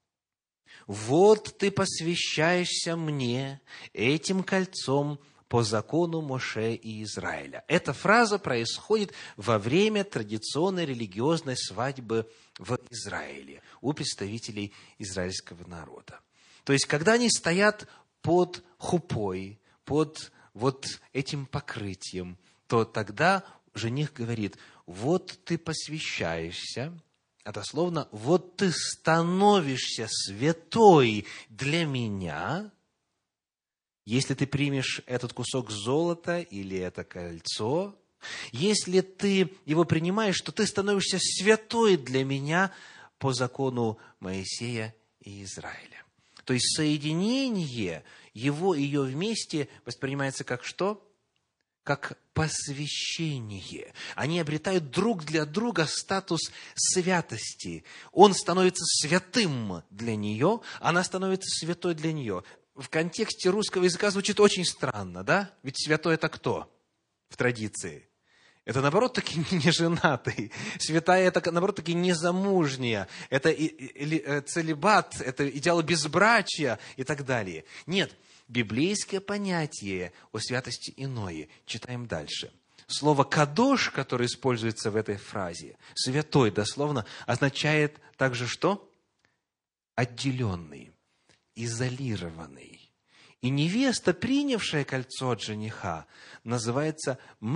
«Вот ты посвящаешься мне этим кольцом по закону Моше и Израиля». Эта фраза происходит во время традиционной религиозной свадьбы в Израиле у представителей израильского народа. То есть, когда они стоят под хупой, под вот этим покрытием, то тогда жених говорит: вот ты посвящаешься, а дословно, вот ты становишься святой для меня, если ты примешь этот кусок золота или это кольцо. Если ты его принимаешь, то ты становишься святой для меня по закону Моисея и Израиля. То есть соединение его и ее вместе воспринимается как что? Как посвящение. Они обретают друг для друга статус святости. Он становится святым для нее, она становится святой для нее. В контексте русского языка звучит очень странно, да? Ведь святой – это кто в традиции? Это, наоборот, таки не женатый. Святая – это, наоборот, таки незамужняя. Это целибат, это идеал безбрачия и так далее. Нет, библейское понятие о святости иное. Читаем дальше. Слово «кадош», которое используется в этой фразе, «святой», дословно, означает также что? Отделенный, изолированный. И невеста, принявшая кольцо от жениха, называется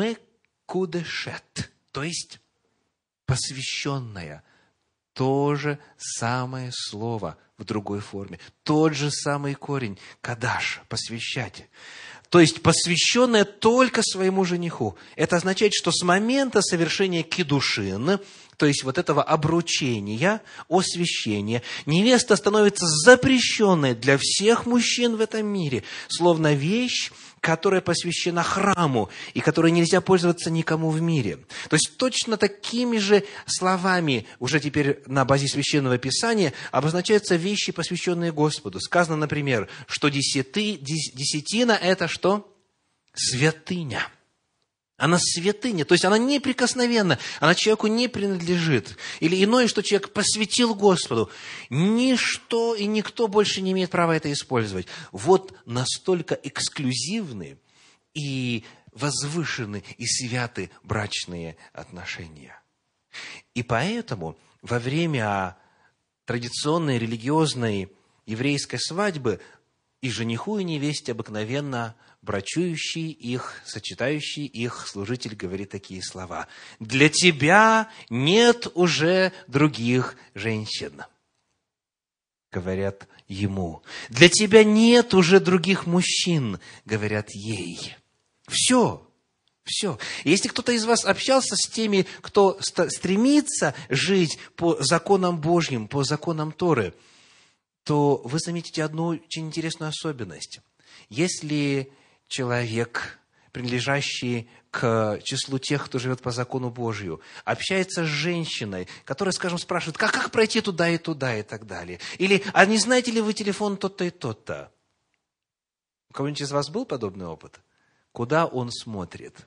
мекудешет, то есть посвященная. То же самое слово в другой форме. Тот же самый корень. Кадаш, посвящать. То есть посвященная только своему жениху. Это означает, что с момента совершения кидушин, то есть вот этого обручения, освящения, невеста становится запрещенной для всех мужчин в этом мире, словно вещь, которая посвящена храму и которой нельзя пользоваться никому в мире. То есть точно такими же словами, уже теперь на базе Священного Писания, обозначаются вещи, посвященные Господу. Сказано, например, что десяти, десятина – это что? Святыня. Она святыня, то есть она неприкосновенна, она человеку не принадлежит. Или иное, что человек посвятил Господу. Ничто и никто больше не имеет права это использовать. Вот настолько эксклюзивны и возвышены и святы брачные отношения. И поэтому во время традиционной религиозной еврейской свадьбы и жениху, и невесте обыкновенно брачующий их, сочетающий их служитель говорит такие слова: «Для тебя нет уже других женщин», говорят ему. «Для тебя нет уже других мужчин», говорят ей. Все. Все. Если кто-то из вас общался с теми, кто стремится жить по законам Божьим, по законам Торы, то вы заметите одну очень интересную особенность. Если человек, принадлежащий к числу тех, кто живет по закону Божию, общается с женщиной, которая, скажем, спрашивает, как, как пройти туда и туда и так далее. Или, а не знаете ли вы телефон тот-то и тот-то? У кого-нибудь из вас был подобный опыт? Куда он смотрит?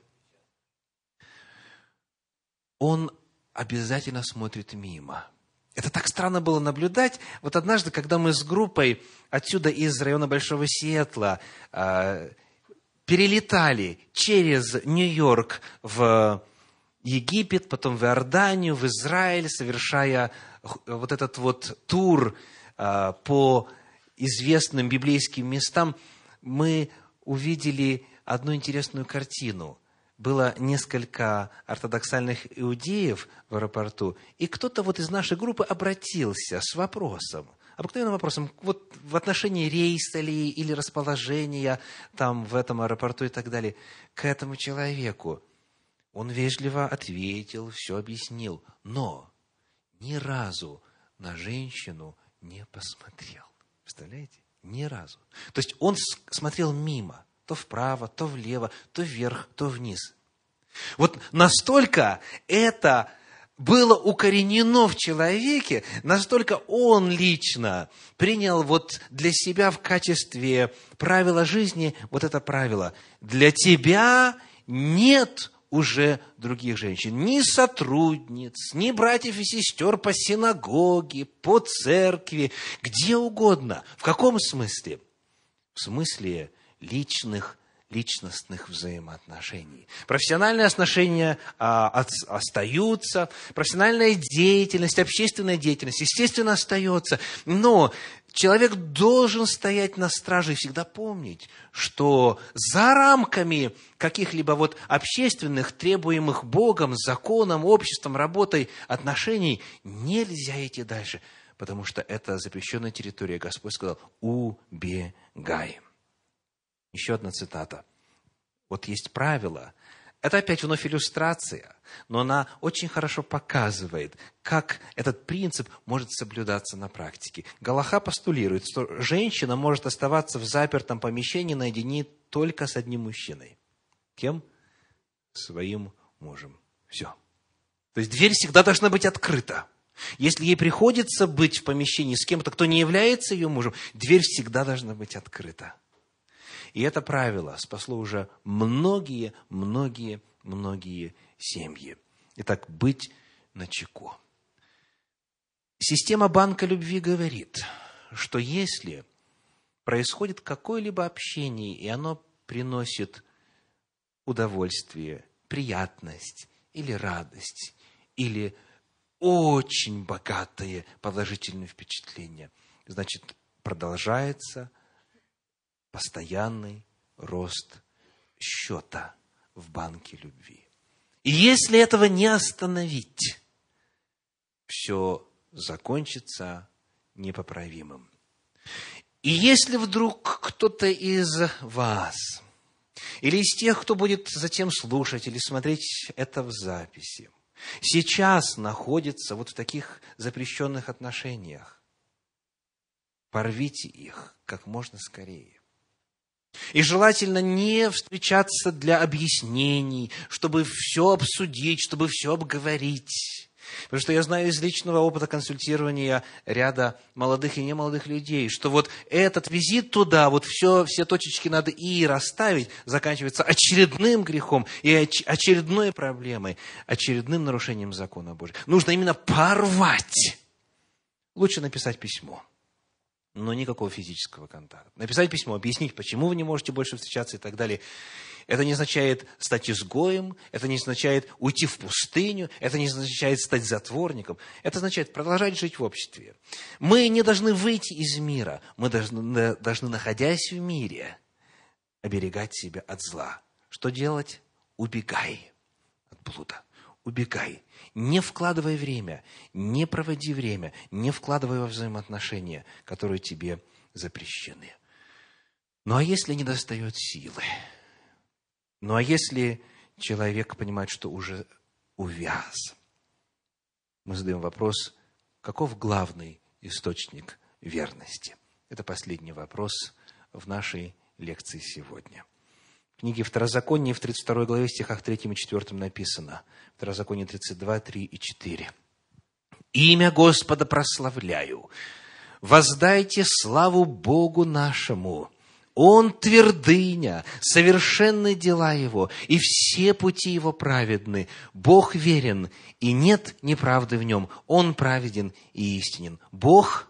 Он обязательно смотрит мимо. Это так странно было наблюдать. Вот однажды, когда мы с группой отсюда из района Большого Сиэтла э, перелетали через Нью-Йорк в Египет, потом в Иорданию, в Израиль, совершая вот этот вот тур э, по известным библейским местам, мы увидели одну интересную картину. Было несколько ортодоксальных иудеев в аэропорту, и кто-то вот из нашей группы обратился с вопросом, обыкновенным вопросом, вот в отношении рейса ли, или расположения там в этом аэропорту и так далее, к этому человеку. Он вежливо ответил, все объяснил, но ни разу на женщину не посмотрел. Представляете? Ни разу. То есть он смотрел мимо. То вправо, то влево, то вверх, то вниз. Вот настолько это было укоренено в человеке, настолько он лично принял вот для себя в качестве правила жизни вот это правило. Для тебя нет уже других женщин, ни сотрудниц, ни братьев и сестер по синагоге, по церкви, где угодно. В каком смысле? В смысле личных, личностных взаимоотношений. Профессиональные отношения а, от, остаются, профессиональная деятельность, общественная деятельность, естественно, остается, но человек должен стоять на страже и всегда помнить, что за рамками каких-либо вот общественных, требуемых Богом, законом, обществом, работой отношений нельзя идти дальше, потому что это запрещенная территория. Господь сказал: убегай. Еще одна цитата. Вот есть правило. Это опять вновь иллюстрация, но она очень хорошо показывает, как этот принцип может соблюдаться на практике. Галаха постулирует, что женщина может оставаться в запертом помещении наедине только с одним мужчиной. Кем? Своим мужем. Все. То есть дверь всегда должна быть открыта. Если ей приходится быть в помещении с кем-то, кто не является ее мужем, дверь всегда должна быть открыта. И это правило спасло уже многие, многие, многие семьи. Итак, быть начеку. Система банка любви говорит, что если происходит какое-либо общение, и оно приносит удовольствие, приятность или радость, или очень богатое положительное впечатление, значит, продолжается постоянный рост счета в банке любви. И если этого не остановить, все закончится непоправимым. И если вдруг кто-то из вас, или из тех, кто будет затем слушать или смотреть это в записи, сейчас находится вот в таких запрещенных отношениях, порвите их как можно скорее. И желательно не встречаться для объяснений, чтобы все обсудить, чтобы все обговорить. Потому что я знаю из личного опыта консультирования ряда молодых и немолодых людей, что вот этот визит туда, вот все, все точечки надо и расставить, заканчивается очередным грехом и очередной проблемой, очередным нарушением закона Божьего. Нужно именно порвать. Лучше написать письмо, но никакого физического контакта. Написать письмо, объяснить, почему вы не можете больше встречаться и так далее. Это не означает стать изгоем, это не означает уйти в пустыню, это не означает стать затворником. Это означает продолжать жить в обществе. Мы не должны выйти из мира, мы должны, должны, находясь в мире, оберегать себя от зла. Что делать? Убегай от блуда. Убегай. Не вкладывай время, не проводи время, не вкладывай во взаимоотношения, которые тебе запрещены. Ну а если не достает силы? Ну а если человек понимает, что уже увяз? Мы задаем вопрос, каков главный источник верности? Это последний вопрос в нашей лекции сегодня. В книге Второзаконие, в тридцать второй главе, стихах третьим и четвёртым написано. Второзаконие тридцать два, три и четыре. «Имя Господа прославляю, воздайте славу Богу нашему. Он твердыня, совершенны дела Его, и все пути Его праведны. Бог верен, и нет неправды в Нем. Он праведен и истинен». Бог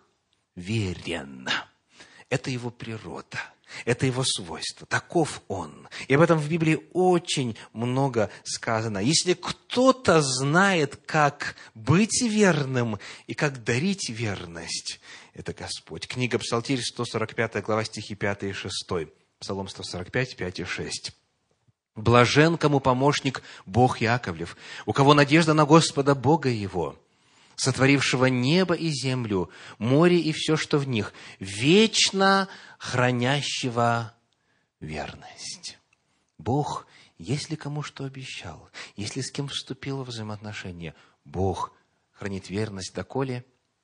верен. Это Его природа. Это Его свойство. Таков Он. И об этом в Библии очень много сказано. Если кто-то знает, как быть верным и как дарить верность, это Господь. Книга Псалтирь, сто сорок пятая глава, стихи пятый и шестой. Псалом сто сорок пять, пять и шесть. «Блажен, кому помощник Бог Яковлев, у кого надежда на Господа Бога его, сотворившего небо и землю, море и все, что в них, вечно хранящего верность». Бог, если кому что обещал, если с кем вступил в взаимоотношения, Бог хранит верность доколе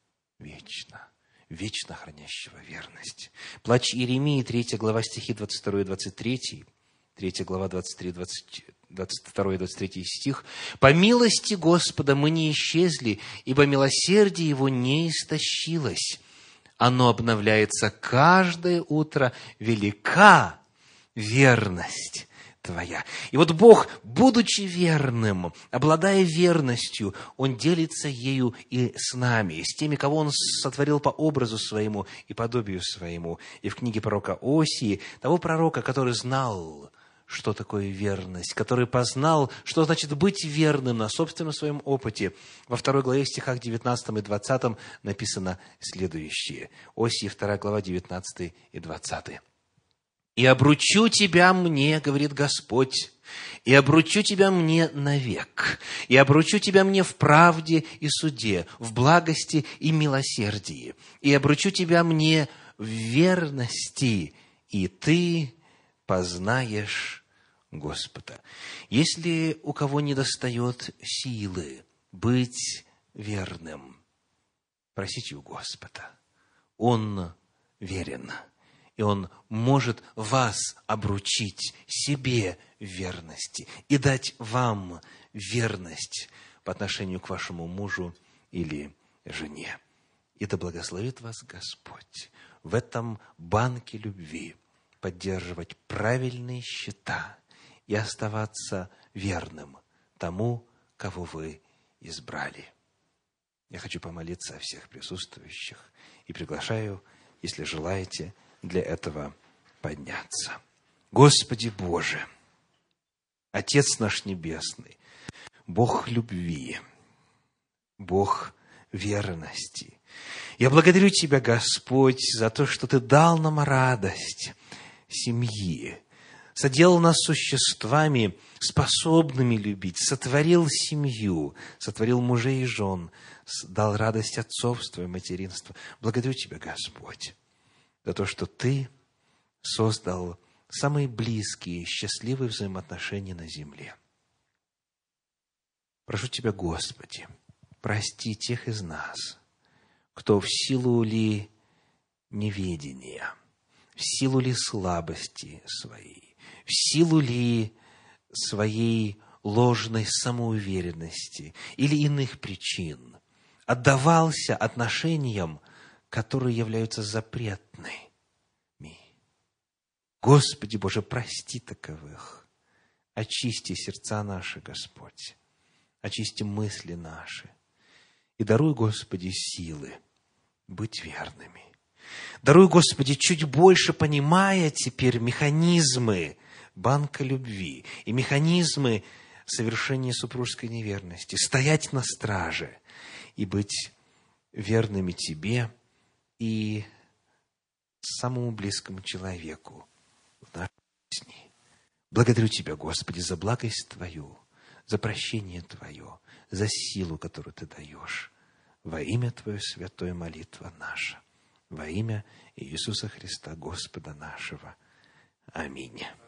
вечно, вечно хранящего верность. Плач Иеремии, третья глава, стихи двадцать второй и двадцать третий, третья глава, двадцать три, двадцать, двадцать второй и двадцать третий стих. «По милости Господа мы не исчезли, ибо милосердие Его не истощилось. Оно обновляется каждое утро, велика верность Твоя». И вот Бог, будучи верным, обладая верностью, Он делится ею и с нами, с теми, кого Он сотворил по образу Своему и подобию Своему. И в книге пророка Осии, того пророка, который знал, что такое верность, который познал, что значит быть верным на собственном своем опыте. Во второй главе, в стихах девятнадцатом и двадцатом написано следующее. Осии, вторая глава, девятнадцатый и двадцатый. «И обручу тебя мне, говорит Господь, и обручу тебя мне навек, и обручу тебя мне в правде и суде, в благости и милосердии, и обручу тебя мне в верности, и ты познаешь Господа». Если у кого недостает силы быть верным, просите у Господа. Он верен. И Он может вас обручить себе в верности и дать вам верность по отношению к вашему мужу или жене. И да благословит вас Господь в этом банке любви поддерживать правильные счета и оставаться верным тому, кого вы избрали. Я хочу помолиться о всех присутствующих и приглашаю, если желаете, для этого подняться. Господи Боже, Отец наш Небесный, Бог любви, Бог верности, я благодарю Тебя, Господь, за то, что Ты дал нам радость семьи, соделал нас существами, способными любить, сотворил семью, сотворил мужей и жен, дал радость отцовства и материнства. Благодарю Тебя, Господь, за то, что Ты создал самые близкие, счастливые взаимоотношения на земле. Прошу Тебя, Господи, прости тех из нас, кто в силу ли неведения, в силу ли слабости своей, в силу ли своей ложной самоуверенности или иных причин отдавался отношениям, которые являются запретными. Господи Боже, прости таковых. Очисти сердца наши, Господь. Очисти мысли наши. И даруй, Господи, силы быть верными. Даруй, Господи, чуть больше понимая теперь механизмы банка любви и механизмы совершения супружеской неверности, стоять на страже и быть верными Тебе и самому близкому человеку в нашей жизни. Благодарю Тебя, Господи, за благость Твою, за прощение Твое, за силу, которую Ты даешь. Во имя Твое святое молитва наша. Во имя Иисуса Христа, Господа нашего. Аминь.